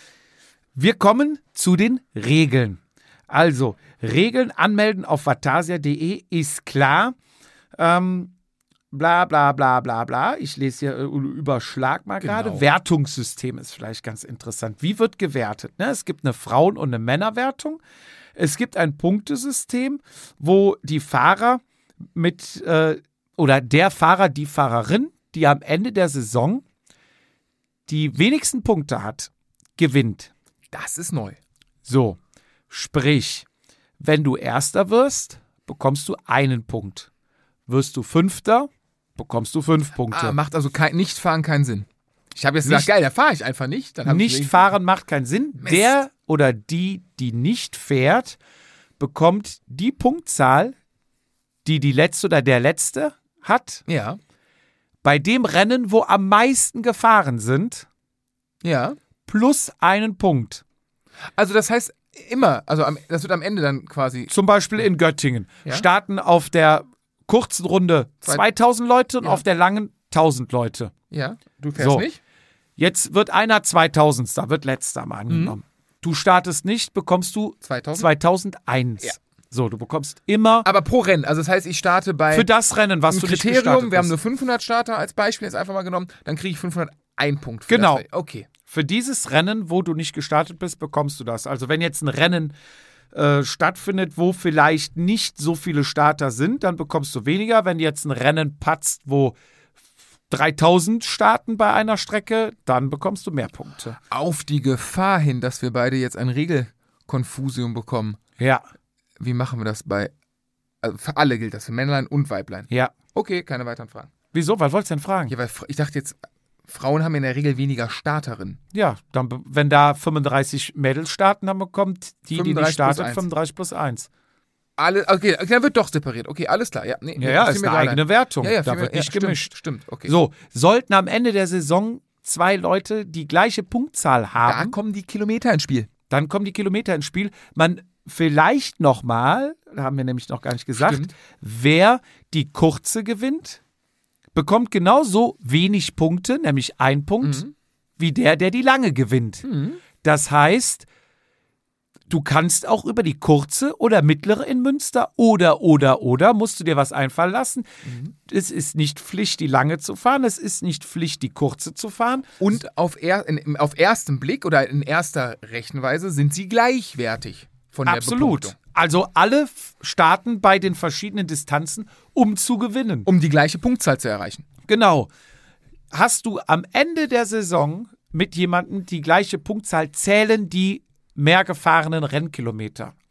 Wir kommen zu den Regeln. Also, Regeln anmelden auf vatasia punkt de ist klar. Ähm, bla bla bla bla bla. Ich lese hier äh, Überschlag mal gerade. Genau. Wertungssystem ist vielleicht ganz interessant. Wie wird gewertet? Ne? Es gibt eine Frauen- und eine Männerwertung. Es gibt ein Punktesystem, wo die Fahrer mit äh, oder der Fahrer, die Fahrerin, die am Ende der Saison die wenigsten Punkte hat, gewinnt. Das ist neu. So, sprich, wenn du Erster wirst, bekommst du einen Punkt. Wirst du Fünfter, bekommst du fünf Punkte. Ah, macht also kein, nicht fahren keinen Sinn. Ich habe jetzt gesagt, Nicht- geil, da fahre ich einfach nicht. Dann hab ich Nicht fahren macht keinen Sinn. Mist. Der oder die, die nicht fährt, bekommt die Punktzahl, die die Letzte oder der Letzte hat, Ja, bei dem Rennen, wo am meisten gefahren sind, ja. plus einen Punkt. Also das heißt immer, also am, das wird am Ende dann quasi. Zum Beispiel in Göttingen. Ja. Starten auf der kurzen Runde Zwei- zweitausend Leute und Ja. auf der langen tausend Leute. Ja, du fährst So. nicht? Jetzt wird einer zweitausendster, wird letzter mal angenommen. Du startest nicht, bekommst du zweitausend? zweitausendeins. Ja. So, du bekommst immer Aber pro Rennen. Also das heißt, ich starte bei für das Rennen, was einem du nicht Kriterium, gestartet wir haben bist. nur fünfhundert Starter als Beispiel jetzt einfach mal genommen, dann kriege ich fünfhunderteins Punkt. Für Genau. Das. Okay. Für dieses Rennen, wo du nicht gestartet bist, bekommst du das. Also wenn jetzt ein Rennen äh, stattfindet, wo vielleicht nicht so viele Starter sind, dann bekommst du weniger. Wenn jetzt ein Rennen patzt, wo dreitausend starten bei einer Strecke, dann bekommst du mehr Punkte. Auf die Gefahr hin, dass wir beide jetzt ein Regelkonfusium bekommen. Ja, Wie machen wir das bei, also für alle gilt das, für Männlein und Weiblein. ja. Okay, keine weiteren Fragen. Wieso? Was wolltest du denn fragen? Ja, weil Fra- ich dachte jetzt, Frauen haben in der Regel weniger Starterinnen. Ja, dann, be- wenn da fünfunddreißig Mädels starten, dann bekommt die, die nicht fünfunddreißig plus startet, eins. fünfunddreißig plus eins. Alle, okay, okay, dann wird doch separiert. Okay, alles klar. Ja, nee, nee, Ja, ja, das ist fiel mir eine gerade eigene ein. Wertung. Ja, ja, Da fiel mir- wird nicht ja, stimmt, gemischt. Stimmt, okay. So, sollten am Ende der Saison zwei Leute die gleiche Punktzahl Da haben, kommen die Kilometer ins Spiel. dann kommen die Kilometer ins Spiel. Man vielleicht nochmal, haben wir nämlich noch gar nicht gesagt, Stimmt. wer die kurze gewinnt, bekommt genauso wenig Punkte, nämlich ein Punkt, Mhm. wie der, der die lange gewinnt. Mhm. Das heißt, du kannst auch über die kurze oder mittlere in Münster oder, oder, oder, musst du dir was einfallen lassen. Mhm. Es ist nicht Pflicht, die lange zu fahren, es ist nicht Pflicht, die kurze zu fahren. Und auf, er, in, im- auf ersten Blick oder in erster Rechenweise sind sie gleichwertig von der Absolut. Bepunktung. Also alle f- starten bei den verschiedenen Distanzen, um zu gewinnen. Um die gleiche Punktzahl zu erreichen. Genau. Hast du am Ende der Saison mit jemandem die gleiche Punktzahl, zählen die mehr gefahrenen Rennkilometer.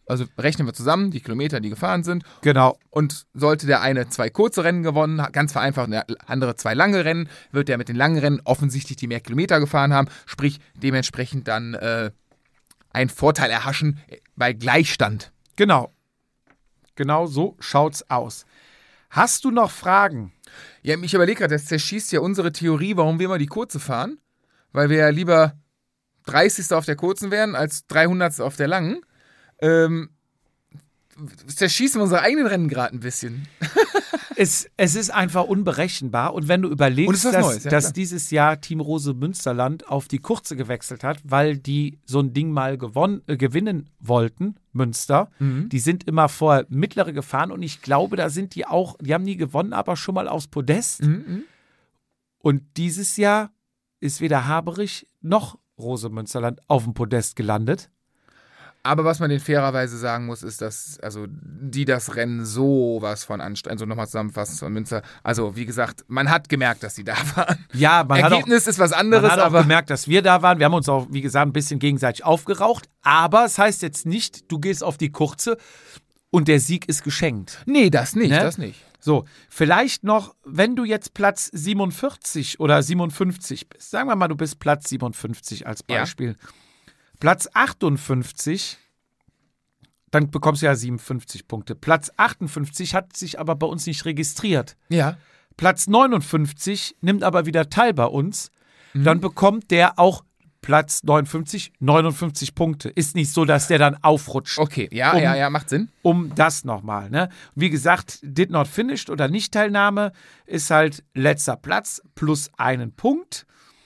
also rechnen wir zusammen die Kilometer, die gefahren sind. Genau. Und sollte der eine zwei kurze Rennen gewonnen, ganz vereinfacht, der andere zwei lange Rennen, wird der mit den langen Rennen offensichtlich die mehr Kilometer gefahren haben, sprich dementsprechend dann äh, einen Vorteil erhaschen bei Gleichstand. Genau. Genau so schaut's aus. Hast du noch Fragen? Ja, ich überlege gerade, das zerschießt ja unsere Theorie, warum wir immer die kurze fahren, weil wir ja lieber dreißigste auf der kurzen wären als dreihundertste auf der langen. Ähm, zerschießen wir unsere eigenen Rennen gerade ein bisschen. Es, es ist einfach unberechenbar. Und wenn du überlegst, Und es ist was dass, Neues, ja, dass klar. dieses Jahr Team Rose Münsterland auf die kurze gewechselt hat, weil die so ein Ding mal gewonnen, äh, gewinnen wollten, Münster. Mhm. Die sind immer vor mittlere gefahren und ich glaube, da sind die auch, die haben nie gewonnen, aber schon mal aufs Podest. Mhm. Und dieses Jahr ist weder Haberich noch Rose Münsterland auf dem Podest gelandet. Aber was man denen fairerweise sagen muss, ist, dass also die das Rennen sowas von anstrengen. Also nochmal zusammenfassend von Münster. Also wie gesagt, man hat gemerkt, dass die da waren. Ja, man Ergebnis hat auch, ist was anderes, man hat auch aber gemerkt, dass wir da waren. Wir haben uns auch, wie gesagt, ein bisschen gegenseitig aufgeraucht. Aber es heißt jetzt nicht, du gehst auf die kurze und der Sieg ist geschenkt. nee, das nicht, Ne? das nicht. So, vielleicht noch, wenn du jetzt Platz siebenundvierzig oder siebenundfünfzig bist, sagen wir mal, du bist Platz siebenundfünfzig als Ja. Beispiel. Platz achtundfünfzig, dann bekommst du ja siebenundfünfzig Punkte. Platz achtundfünfzig hat sich aber bei uns nicht registriert. Ja. Platz neunundfünfzig nimmt aber wieder teil bei uns. Mhm. Dann bekommt der auch Platz neunundfünfzig, neunundfünfzig Punkte. Ist nicht so, dass der dann aufrutscht. Okay, ja, Um- ja, ja, macht Sinn. Um das nochmal. Ne? Wie gesagt, did not finished oder Nicht-Teilnahme ist halt letzter Platz plus einen Punkt.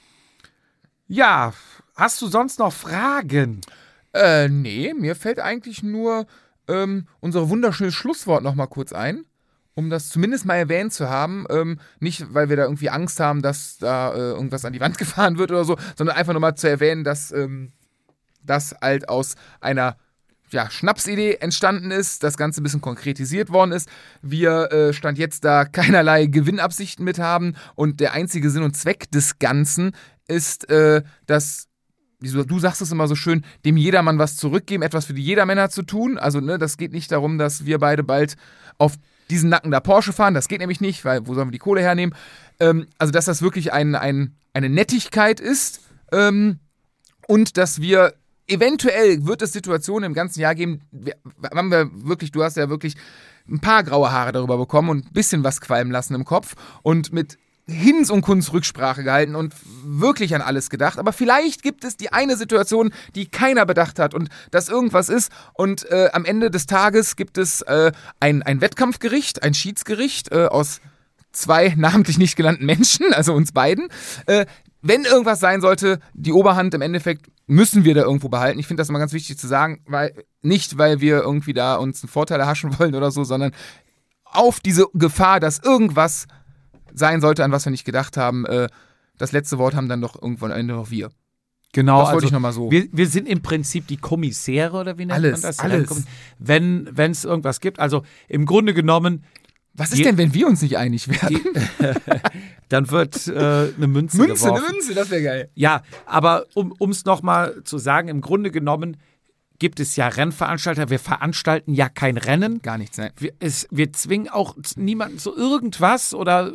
Ja, hast du sonst noch Fragen? Äh, nee, mir fällt eigentlich nur ähm, unser wunderschönes Schlusswort nochmal kurz ein, um das zumindest mal erwähnt zu haben. Ähm, nicht, weil wir da irgendwie Angst haben, dass da äh, irgendwas an die Wand gefahren wird oder so, sondern einfach nochmal zu erwähnen, dass ähm, das halt aus einer ja, Schnapsidee entstanden ist, das Ganze ein bisschen konkretisiert worden ist. Wir äh, Stand jetzt da keinerlei Gewinnabsichten mit haben und der einzige Sinn und Zweck des Ganzen ist, äh, dass du sagst es immer so schön, dem Jedermann was zurückgeben, etwas für die Jedermänner zu tun. Also, ne, das geht nicht darum, dass wir beide bald auf diesen Nacken da Porsche fahren. Das geht nämlich nicht, weil wo sollen wir die Kohle hernehmen? Ähm, also, dass das wirklich ein, ein, eine Nettigkeit ist ähm, und dass wir eventuell wird es Situationen im ganzen Jahr geben, wir, haben wir wirklich, du hast ja wirklich ein paar graue Haare darüber bekommen und ein bisschen was qualmen lassen im Kopf und mit Hinz und Kunz Rücksprache gehalten und wirklich an alles gedacht. Aber vielleicht gibt es die eine Situation, die keiner bedacht hat und dass irgendwas ist. Und äh, am Ende des Tages gibt es äh, ein, ein Wettkampfgericht, ein Schiedsgericht äh, aus zwei namentlich nicht genannten Menschen, also uns beiden. Äh, wenn irgendwas sein sollte, die Oberhand im Endeffekt müssen wir da irgendwo behalten. Ich finde das immer ganz wichtig zu sagen, weil nicht, weil wir irgendwie da uns einen Vorteil erhaschen wollen oder so, sondern auf diese Gefahr, dass irgendwas sein sollte, an was wir nicht gedacht haben. Äh, das letzte Wort haben dann doch irgendwann am Ende noch wir. Genau, Das wollte also ich nochmal so. Wir, wir sind im Prinzip die Kommissäre, oder wie nennt Alles, man das? alles. Wenn wenn es irgendwas gibt. Also im Grunde genommen, Was ist Die- denn, wenn wir uns nicht einig werden? die, dann wird äh, eine Münze, Münze, geworfen. eine Münze, das wäre geil. Ja, aber um es nochmal zu sagen, im Grunde genommen gibt es ja Rennveranstalter. Wir veranstalten ja kein Rennen. Gar nichts, ne? Wir, es, wir zwingen auch niemanden zu irgendwas oder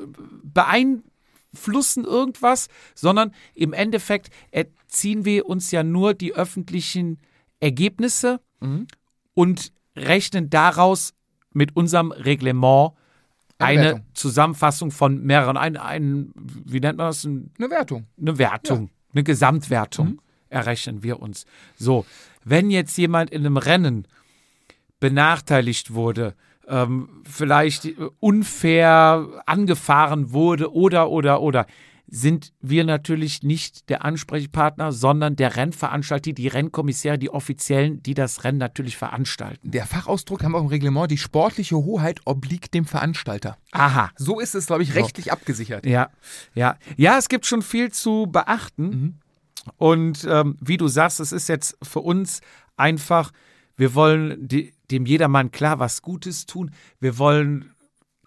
beeinflussen irgendwas, sondern im Endeffekt erziehen wir uns ja nur die öffentlichen Ergebnisse Mhm. und rechnen daraus mit unserem Reglement Eine eine Wertung. Zusammenfassung von mehreren, ein, ein, wie nennt man das, ein Eine Wertung. eine Wertung, eine Gesamtwertung Mhm. errechnen wir uns. So, wenn jetzt jemand in einem Rennen benachteiligt wurde, ähm, vielleicht äh, unfair angefahren wurde oder, oder, oder, sind wir natürlich nicht der Ansprechpartner, sondern der Rennveranstalter, die Rennkommissäre, die Offiziellen, die das Rennen natürlich veranstalten. Der Fachausdruck haben wir auch im Reglement, die sportliche Hoheit obliegt dem Veranstalter. Aha. So ist es, glaube ich, So. rechtlich abgesichert. Ja, ja. Ja, es gibt schon viel zu beachten. Mhm. Und ähm, wie du sagst, es ist jetzt für uns einfach, wir wollen die, dem jedermann klar was Gutes tun. Wir wollen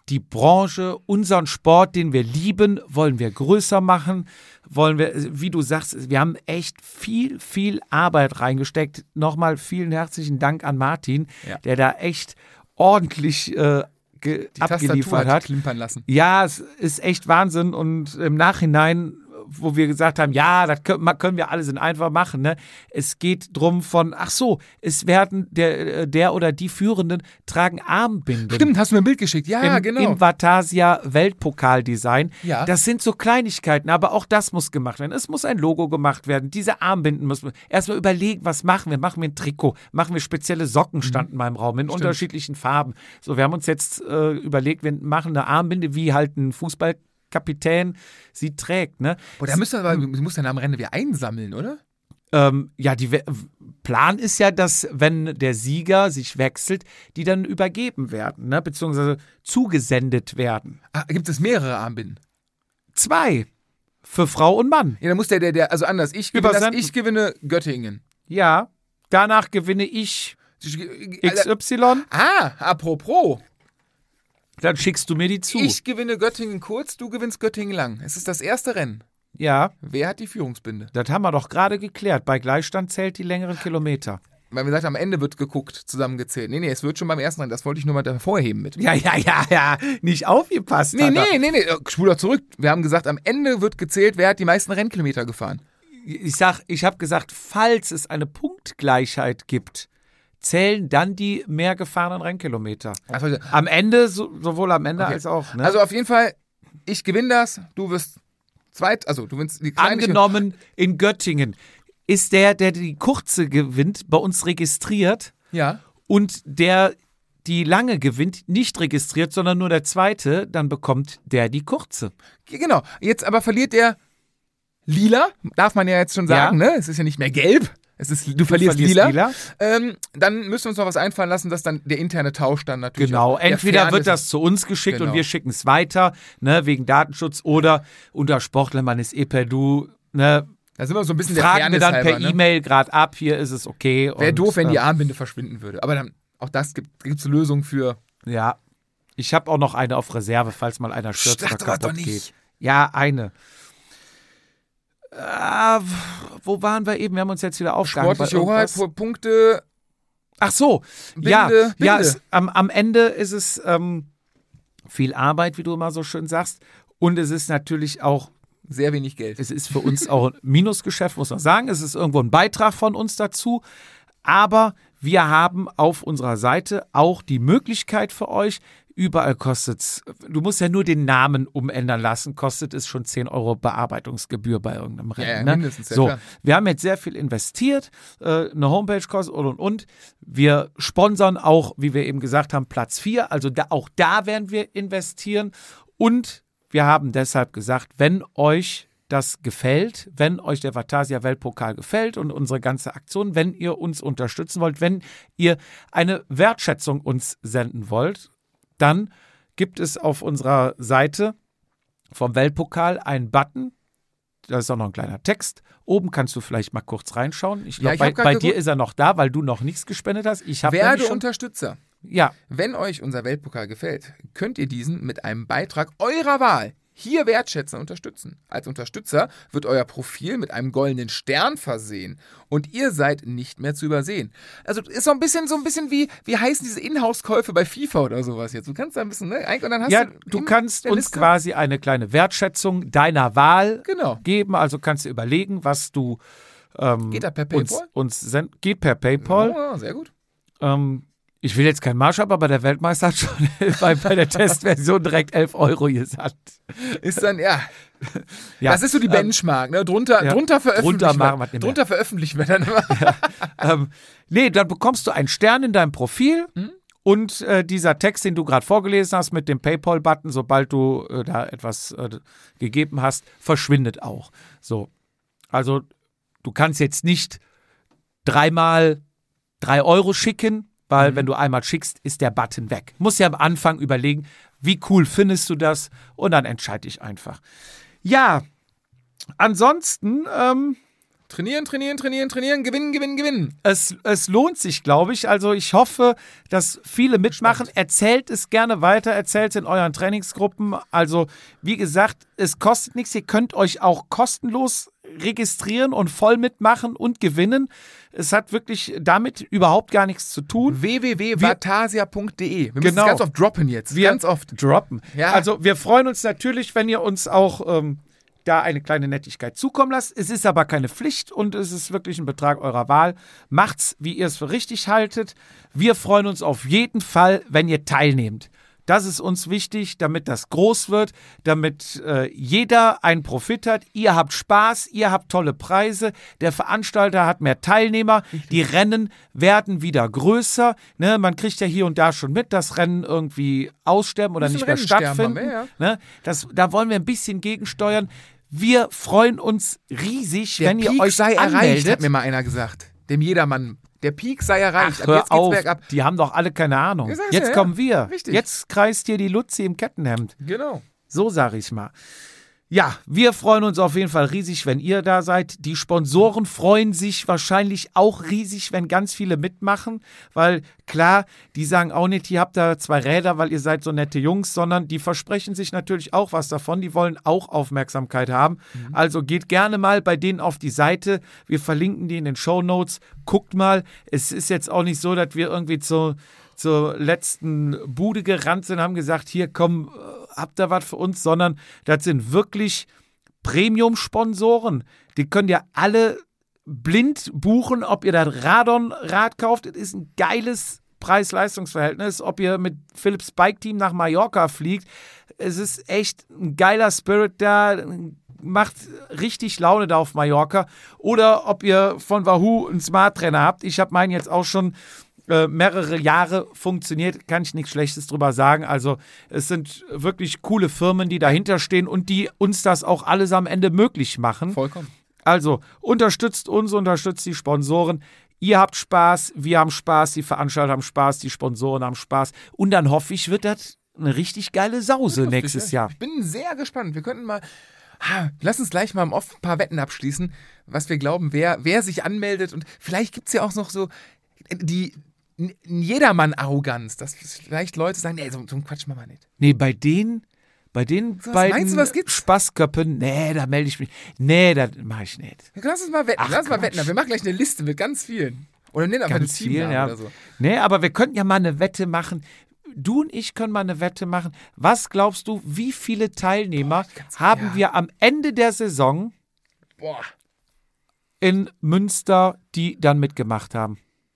die Branche, unseren Sport, den wir lieben, wollen wir größer machen, wollen wir, wie du sagst, wir haben echt viel, viel Arbeit reingesteckt. Nochmal vielen herzlichen Dank an Martin, Ja. der da echt ordentlich äh, ge- Die abgeliefert Tastatur hat. klimpern lassen. Ja, es ist echt Wahnsinn und im Nachhinein, wo wir gesagt haben, ja, das können, können wir alles in einfach machen, ne? Es geht drum von, ach so, es werden der, der oder die Führenden tragen Armbinden. Stimmt, hast du mir ein Bild geschickt. Ja, Im, genau. im Vatasia Weltpokaldesign. Ja. Das sind so Kleinigkeiten, aber auch das muss gemacht werden. Es muss ein Logo gemacht werden. Diese Armbinden müssen wir erstmal überlegen, was machen wir? Machen wir ein Trikot? Machen wir spezielle Socken, standen in meinem Raum, in unterschiedlichen Farben. So, wir haben uns jetzt äh, überlegt, wir machen eine Armbinde, wie halt ein Fußballkapitän sie trägt, ne? Boah, da müsst ihr aber, du musst dann am Ende wieder einsammeln, oder? Ähm, ja, die We- Plan ist ja, dass, wenn der Sieger sich wechselt, die dann übergeben werden, ne? Beziehungsweise zugesendet werden. Ah, gibt es mehrere Armbinden? Zwei. Für Frau und Mann. Ja, dann muss der, der, der, also anders. Ich gewinne, das, Übersenden. ich gewinne Göttingen. Ja. Danach gewinne ich X Y. Ah, apropos. Dann schickst du mir die zu. Ich gewinne Göttingen kurz, du gewinnst Göttingen lang. Es ist das erste Rennen. Ja, Wer hat die Führungsbinde? das haben wir doch gerade geklärt. Bei Gleichstand zählt die längeren Kilometer. Weil wir gesagt haben, am Ende wird geguckt, zusammengezählt. Nee, nee, es wird schon beim ersten Rennen. Das wollte ich nur mal hervorheben mit. Ja, ja, ja, ja. Nicht aufgepasst. Nee, hat er. nee, nee, nee. Spul doch zurück. Wir haben gesagt, am Ende wird gezählt, wer hat die meisten Rennkilometer gefahren. Ich sag, ich habe gesagt, falls es eine Punktgleichheit gibt, zählen dann die mehr gefahrenen Rennkilometer. Also, Am Ende, so, sowohl am Ende Okay. als auch. Ne? also auf jeden Fall, ich gewinne das, du wirst zweit, also du gewinnst die kleine. Angenommen, in Göttingen ist der, der die kurze gewinnt, bei uns registriert Ja. und der die lange gewinnt, nicht registriert, sondern nur der zweite, dann bekommt der die kurze. Genau. Jetzt aber verliert der lila, darf man ja jetzt schon sagen, Ja. ne? Es ist ja nicht mehr gelb. Es ist, du, verlierst, verlierst lila. lila. Ähm, dann müssen wir uns noch was einfallen lassen, dass dann der interne Tausch dann natürlich. Genau, auch der entweder Fairness- wird das zu uns geschickt Genau. und wir schicken es weiter, ne, wegen Datenschutz, oder unter Sportlern, man ist eh per Du, ne, Da sind wir so ein bisschen der fragen wir Fairness dann per halber, ne? E-Mail gerade ab, hier ist es okay. Wäre und, doof, wenn die äh, Armbinde verschwinden würde. Aber dann, auch das gibt es Lösungen für. Ja, ich habe auch noch eine auf Reserve, falls mal einer stürzt Sag oder doch was kaputt doch nicht. geht. Ja, eine. Äh, wo waren wir eben? Wir haben uns jetzt wieder aufgehangen. bei Sportliche Hoheit, irgendwas. Punkte. Ach so, Binde, ja, Binde. ja es, am, am Ende ist es ähm, viel Arbeit, wie du immer so schön sagst. Und es ist natürlich auch, Sehr wenig Geld. es ist für uns auch ein Minusgeschäft, muss man sagen. Es ist irgendwo ein Beitrag von uns dazu. Aber wir haben auf unserer Seite auch die Möglichkeit für euch, überall kostet es, du musst ja nur den Namen umändern lassen, kostet es schon zehn Euro Bearbeitungsgebühr bei irgendeinem Rennen. Ja, ja, ne? mindestens, ja, so, klar. wir haben jetzt sehr viel investiert, äh, eine Homepage kostet und und und. Wir sponsern auch, wie wir eben gesagt haben, Platz vier, also da, auch da werden wir investieren. Und wir haben deshalb gesagt, wenn euch das gefällt, wenn euch der Vatasia Weltpokal gefällt und unsere ganze Aktion, wenn ihr uns unterstützen wollt, wenn ihr eine Wertschätzung uns senden wollt, dann gibt es auf unserer Seite vom Weltpokal einen Button. Da ist auch noch ein kleiner Text. Oben kannst du vielleicht mal kurz reinschauen. Ich Ja, glaube, ich bei, hab grad bei geguckt. dir ist er noch da, weil du noch nichts gespendet hast. Ich habe Werde schon. Unterstützer. Ja, Wenn euch unser Weltpokal gefällt, könnt ihr diesen mit einem Beitrag eurer Wahl hier wertschätzen und unterstützen. Als Unterstützer wird euer Profil mit einem goldenen Stern versehen und ihr seid nicht mehr zu übersehen. Also ist so ein bisschen so ein bisschen wie, wie heißen diese Inhouse-Käufe bei FIFA oder sowas jetzt. Du kannst da ein bisschen, ne? Und dann hast ja, du, du in kannst der uns Liste- quasi eine kleine Wertschätzung deiner Wahl Genau. geben. Also kannst du überlegen, was du ähm, Geht das per uns, PayPal? uns send geht per PayPal. Oh, sehr gut. Ähm, ich will jetzt keinen Marsch, aber der Weltmeister hat schon bei, bei der Testversion direkt elf Euro gesagt. Ist dann, ja. Ja, Das ist so die ähm, Benchmark, ne? Drunter, ja, drunter veröffentlichen drunter machen wir wir. nicht mehr. Drunter veröffentlichen wir dann immer. ähm, nee, dann bekommst du einen Stern in deinem Profil Mhm. und äh, dieser Text, den du gerade vorgelesen hast mit dem PayPal-Button, sobald du äh, da etwas äh, gegeben hast, verschwindet auch. So, also du kannst jetzt nicht dreimal drei Euro schicken, weil Mhm. wenn du einmal schickst, ist der Button weg. Musst ja am Anfang überlegen, wie cool findest du das und dann entscheide ich einfach. Ja, ansonsten, ähm, Trainieren, trainieren, trainieren, trainieren, gewinnen, gewinnen, gewinnen. Es, es lohnt sich, glaube ich. Also ich hoffe, dass viele mitmachen. Spannend. Erzählt es gerne weiter, erzählt es in euren Trainingsgruppen. Also wie gesagt, es kostet nichts. Ihr könnt euch auch kostenlos registrieren und voll mitmachen und gewinnen. Es hat wirklich damit überhaupt gar nichts zu tun. w w w punkt vatasia punkt de. Wir müssen Genau. es ganz oft droppen jetzt. Wir ganz oft. droppen. Ja. Also wir freuen uns natürlich, wenn ihr uns auch ähm, da eine kleine Nettigkeit zukommen lasst. Es ist aber keine Pflicht und es ist wirklich ein Betrag eurer Wahl. Macht's, wie ihr es für richtig haltet. Wir freuen uns auf jeden Fall, wenn ihr teilnehmt. Das ist uns wichtig, damit das groß wird, damit äh, jeder einen Profit hat. Ihr habt Spaß, ihr habt tolle Preise, der Veranstalter hat mehr Teilnehmer, die Rennen werden wieder größer. Ne, man kriegt ja hier und da schon mit, dass Rennen irgendwie aussterben oder Bisschen nicht mehr Rennensterben stattfinden. haben wir, ja. Ne, das, da wollen wir ein bisschen gegensteuern. Wir freuen uns riesig, Der wenn ihr Peak euch sei erreicht, anmeldet. hat mir mal einer gesagt. Dem Jedermann. Der Peak sei erreicht. Ach, Ab hör jetzt geht's auf, bergab. die haben doch alle keine Ahnung. Ich sag's Jetzt ja, ja. kommen wir. Richtig. Jetzt kreist hier die Luzi im Kettenhemd. Genau. So sage ich mal. Ja, wir freuen uns auf jeden Fall riesig, wenn ihr da seid. Die Sponsoren freuen sich wahrscheinlich auch riesig, wenn ganz viele mitmachen, weil klar, die sagen auch nicht, ihr habt da zwei Räder, weil ihr seid so nette Jungs, sondern die versprechen sich natürlich auch was davon. Die wollen auch Aufmerksamkeit haben. Mhm. Also geht gerne mal bei denen auf die Seite. Wir verlinken die in den Shownotes. Guckt mal. Es ist jetzt auch nicht so, dass wir irgendwie zu zur letzten Bude gerannt sind, haben gesagt, hier komm, habt ihr was für uns, sondern das sind wirklich Premium-Sponsoren. Die könnt ihr alle blind buchen, ob ihr das Radon-Rad kauft. Das ist ein geiles Preis-Leistungs-Verhältnis. Ob ihr mit Philips Bike Team nach Mallorca fliegt. Es ist echt ein geiler Spirit da. Macht richtig Laune da auf Mallorca. Oder ob ihr von Wahoo einen Smart Trainer habt. Ich habe meinen jetzt auch schon Äh, mehrere Jahre funktioniert, kann ich nichts Schlechtes drüber sagen. Also es sind wirklich coole Firmen, die dahinter stehen und die uns das auch alles am Ende möglich machen. Vollkommen. Also unterstützt uns, unterstützt die Sponsoren. Ihr habt Spaß, wir haben Spaß, die Veranstalter haben Spaß, die Sponsoren haben Spaß. Und dann hoffe ich, wird das eine richtig geile Sause nächstes Jahr. Ich bin sehr gespannt. Wir könnten mal... Lass uns gleich mal im Off ein paar Wetten abschließen, was wir glauben, wer, wer sich anmeldet. Und vielleicht gibt es ja auch noch so die... Jedermann-Arroganz, dass vielleicht Leute sagen, nee, so, so einen Quatsch machen wir nicht. Nee, bei denen, bei den Was beiden meinst du, was gibt's? Spaßköppen, nee, da melde ich mich. Nee, das mache ich nicht. Lass uns mal wetten, Ach, lass uns mal Quatsch. wetten. Wir machen gleich eine Liste mit ganz vielen. Oder nennen einfach eine Ganz viel, Teamnamen ja. oder so. Nee, aber wir könnten ja mal eine Wette machen. Du und ich können mal eine Wette machen. Was glaubst du, wie viele Teilnehmer ganz- haben ja. wir am Ende der Saison Boah. in Münster, die dann mitgemacht haben?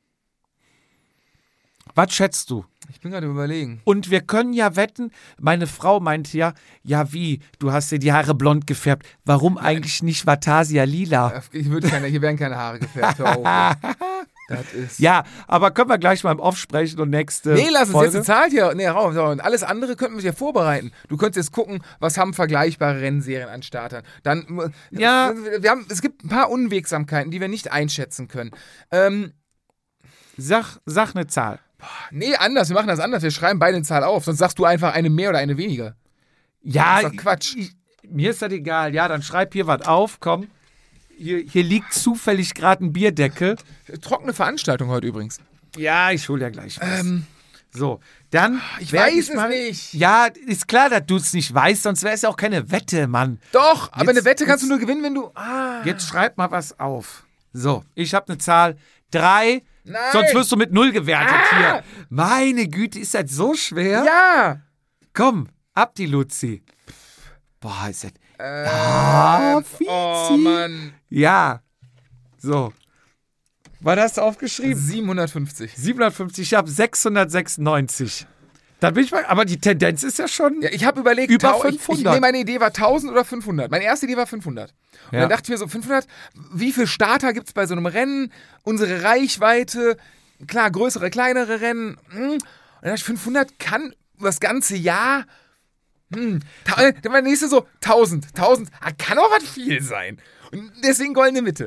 Was schätzt du? Ich bin gerade überlegen. Und wir können ja wetten, meine Frau meinte ja, ja wie, du hast dir die Haare blond gefärbt. Warum eigentlich nicht Vatasia lila? Ich würde keine, hier werden keine Haare gefärbt. Hör auf. Das ist... Ja, aber können wir gleich mal im Off sprechen und nächste Nee, lass uns Folge. jetzt die Zahl hier. Nee, raus. So, und alles andere könnten wir ja vorbereiten. Du könntest jetzt gucken, was haben vergleichbare Rennserien an Startern. Dann, Ja. wir haben, es gibt ein paar Unwegsamkeiten, die wir nicht einschätzen können. Ähm, Sag, sag eine Zahl. nee, anders. Wir machen das anders. Wir schreiben beide eine Zahl auf. Sonst sagst du einfach eine mehr oder eine weniger. Ja, Das ist doch Quatsch. Ich, mir ist das egal. Ja, dann schreib hier was auf, komm. Hier, hier liegt zufällig gerade ein Bierdeckel. Trockene Veranstaltung heute übrigens. Ja, ich hol ja gleich was. Ähm, So, dann ich werd weiß es mal, nicht. Ja, ist klar, dass du es nicht weißt, sonst wäre es ja auch keine Wette, Mann. Doch, aber Jetzt- eine Wette kannst du jetzt- nur gewinnen, wenn du... Ah. Jetzt schreib mal was auf. So, ich habe eine Zahl. Drei. Nein. Sonst wirst du mit null gewertet Ah. hier. Meine Güte, ist das so schwer? Ja. Komm, ab die Luzi. Boah, ist das... Ähm, Ah, Fizi. oh, Mann. Ja. So. Was hast du aufgeschrieben? siebenhundertfünfzig. siebenhundertfünfzig, ich habe sechshundertsechsundneunzig. Dann bin ich mal, aber die Tendenz ist ja schon... Ja, ich habe überlegt, Über tau- ich- Ich, fünfhundert. nee, meine Idee war tausend oder fünfhundert. Meine erste Idee war fünfhundert. Und Ja. dann dachte ich mir so, fünfhundert, wie viele Starter gibt es bei so einem Rennen? Unsere Reichweite, klar, größere, kleinere Rennen. Hm. Und dann dachte ich, fünfhundert kann das ganze Jahr... Hm. Ta- Dann war der nächste so, tausend. tausend, ah, kann auch was viel sein. Und deswegen goldene Mitte.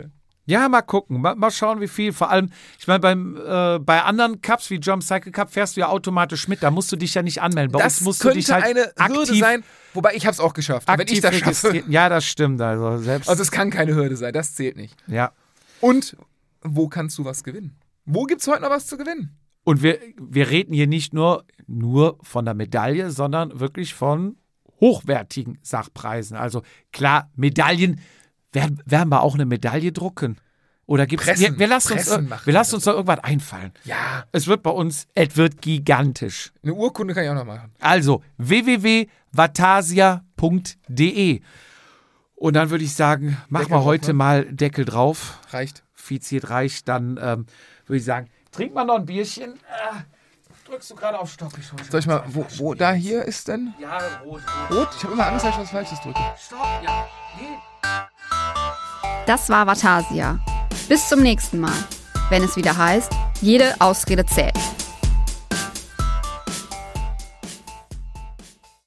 Ja, mal gucken, mal, mal schauen, wie viel. Vor allem, ich meine, beim äh, bei anderen Cups wie Jump Cycle Cup fährst du ja automatisch mit. Da musst du dich ja nicht anmelden. Bei Das uns musst könnte du dich halt eine Hürde aktiv, sein, wobei ich habe es auch geschafft. Wenn ich aktiv das schaffe, registrieren. Ja, das stimmt. Also selbst. also es kann keine Hürde sein, das zählt nicht. Ja. Und wo kannst du was gewinnen? Wo gibt's heute noch was zu gewinnen? Und wir, wir reden hier nicht nur, nur von der Medaille, sondern wirklich von hochwertigen Sachpreisen. Also klar, Medaillen, werden, werden wir auch eine Medaille drucken? Oder gibt's, Pressen, wir, wir lassen uns, Pressen machen wir lassen wir uns doch irgendwas einfallen. Ja, Es wird bei uns, es wird gigantisch. eine Urkunde kann ich auch noch machen. Also w w w punkt vatasia punkt d e. Und dann würde ich sagen, machen Deckel wir drauf, heute ne? mal Deckel drauf. Reicht. Fiziert reicht, dann ähm, würde ich sagen, trink mal noch ein Bierchen. Ah, drückst du gerade auf Stopp? Ich hol schon Soll ich mal, zwei wo, Flaschen wo Bier. da hier ist denn? Ja, rot, rot. Rot? Ich habe immer Angst, dass ich was Falsches drücke. Stopp, ja. Nee. Das war Vatasia. Bis zum nächsten Mal, wenn es wieder heißt, jede Ausrede zählt.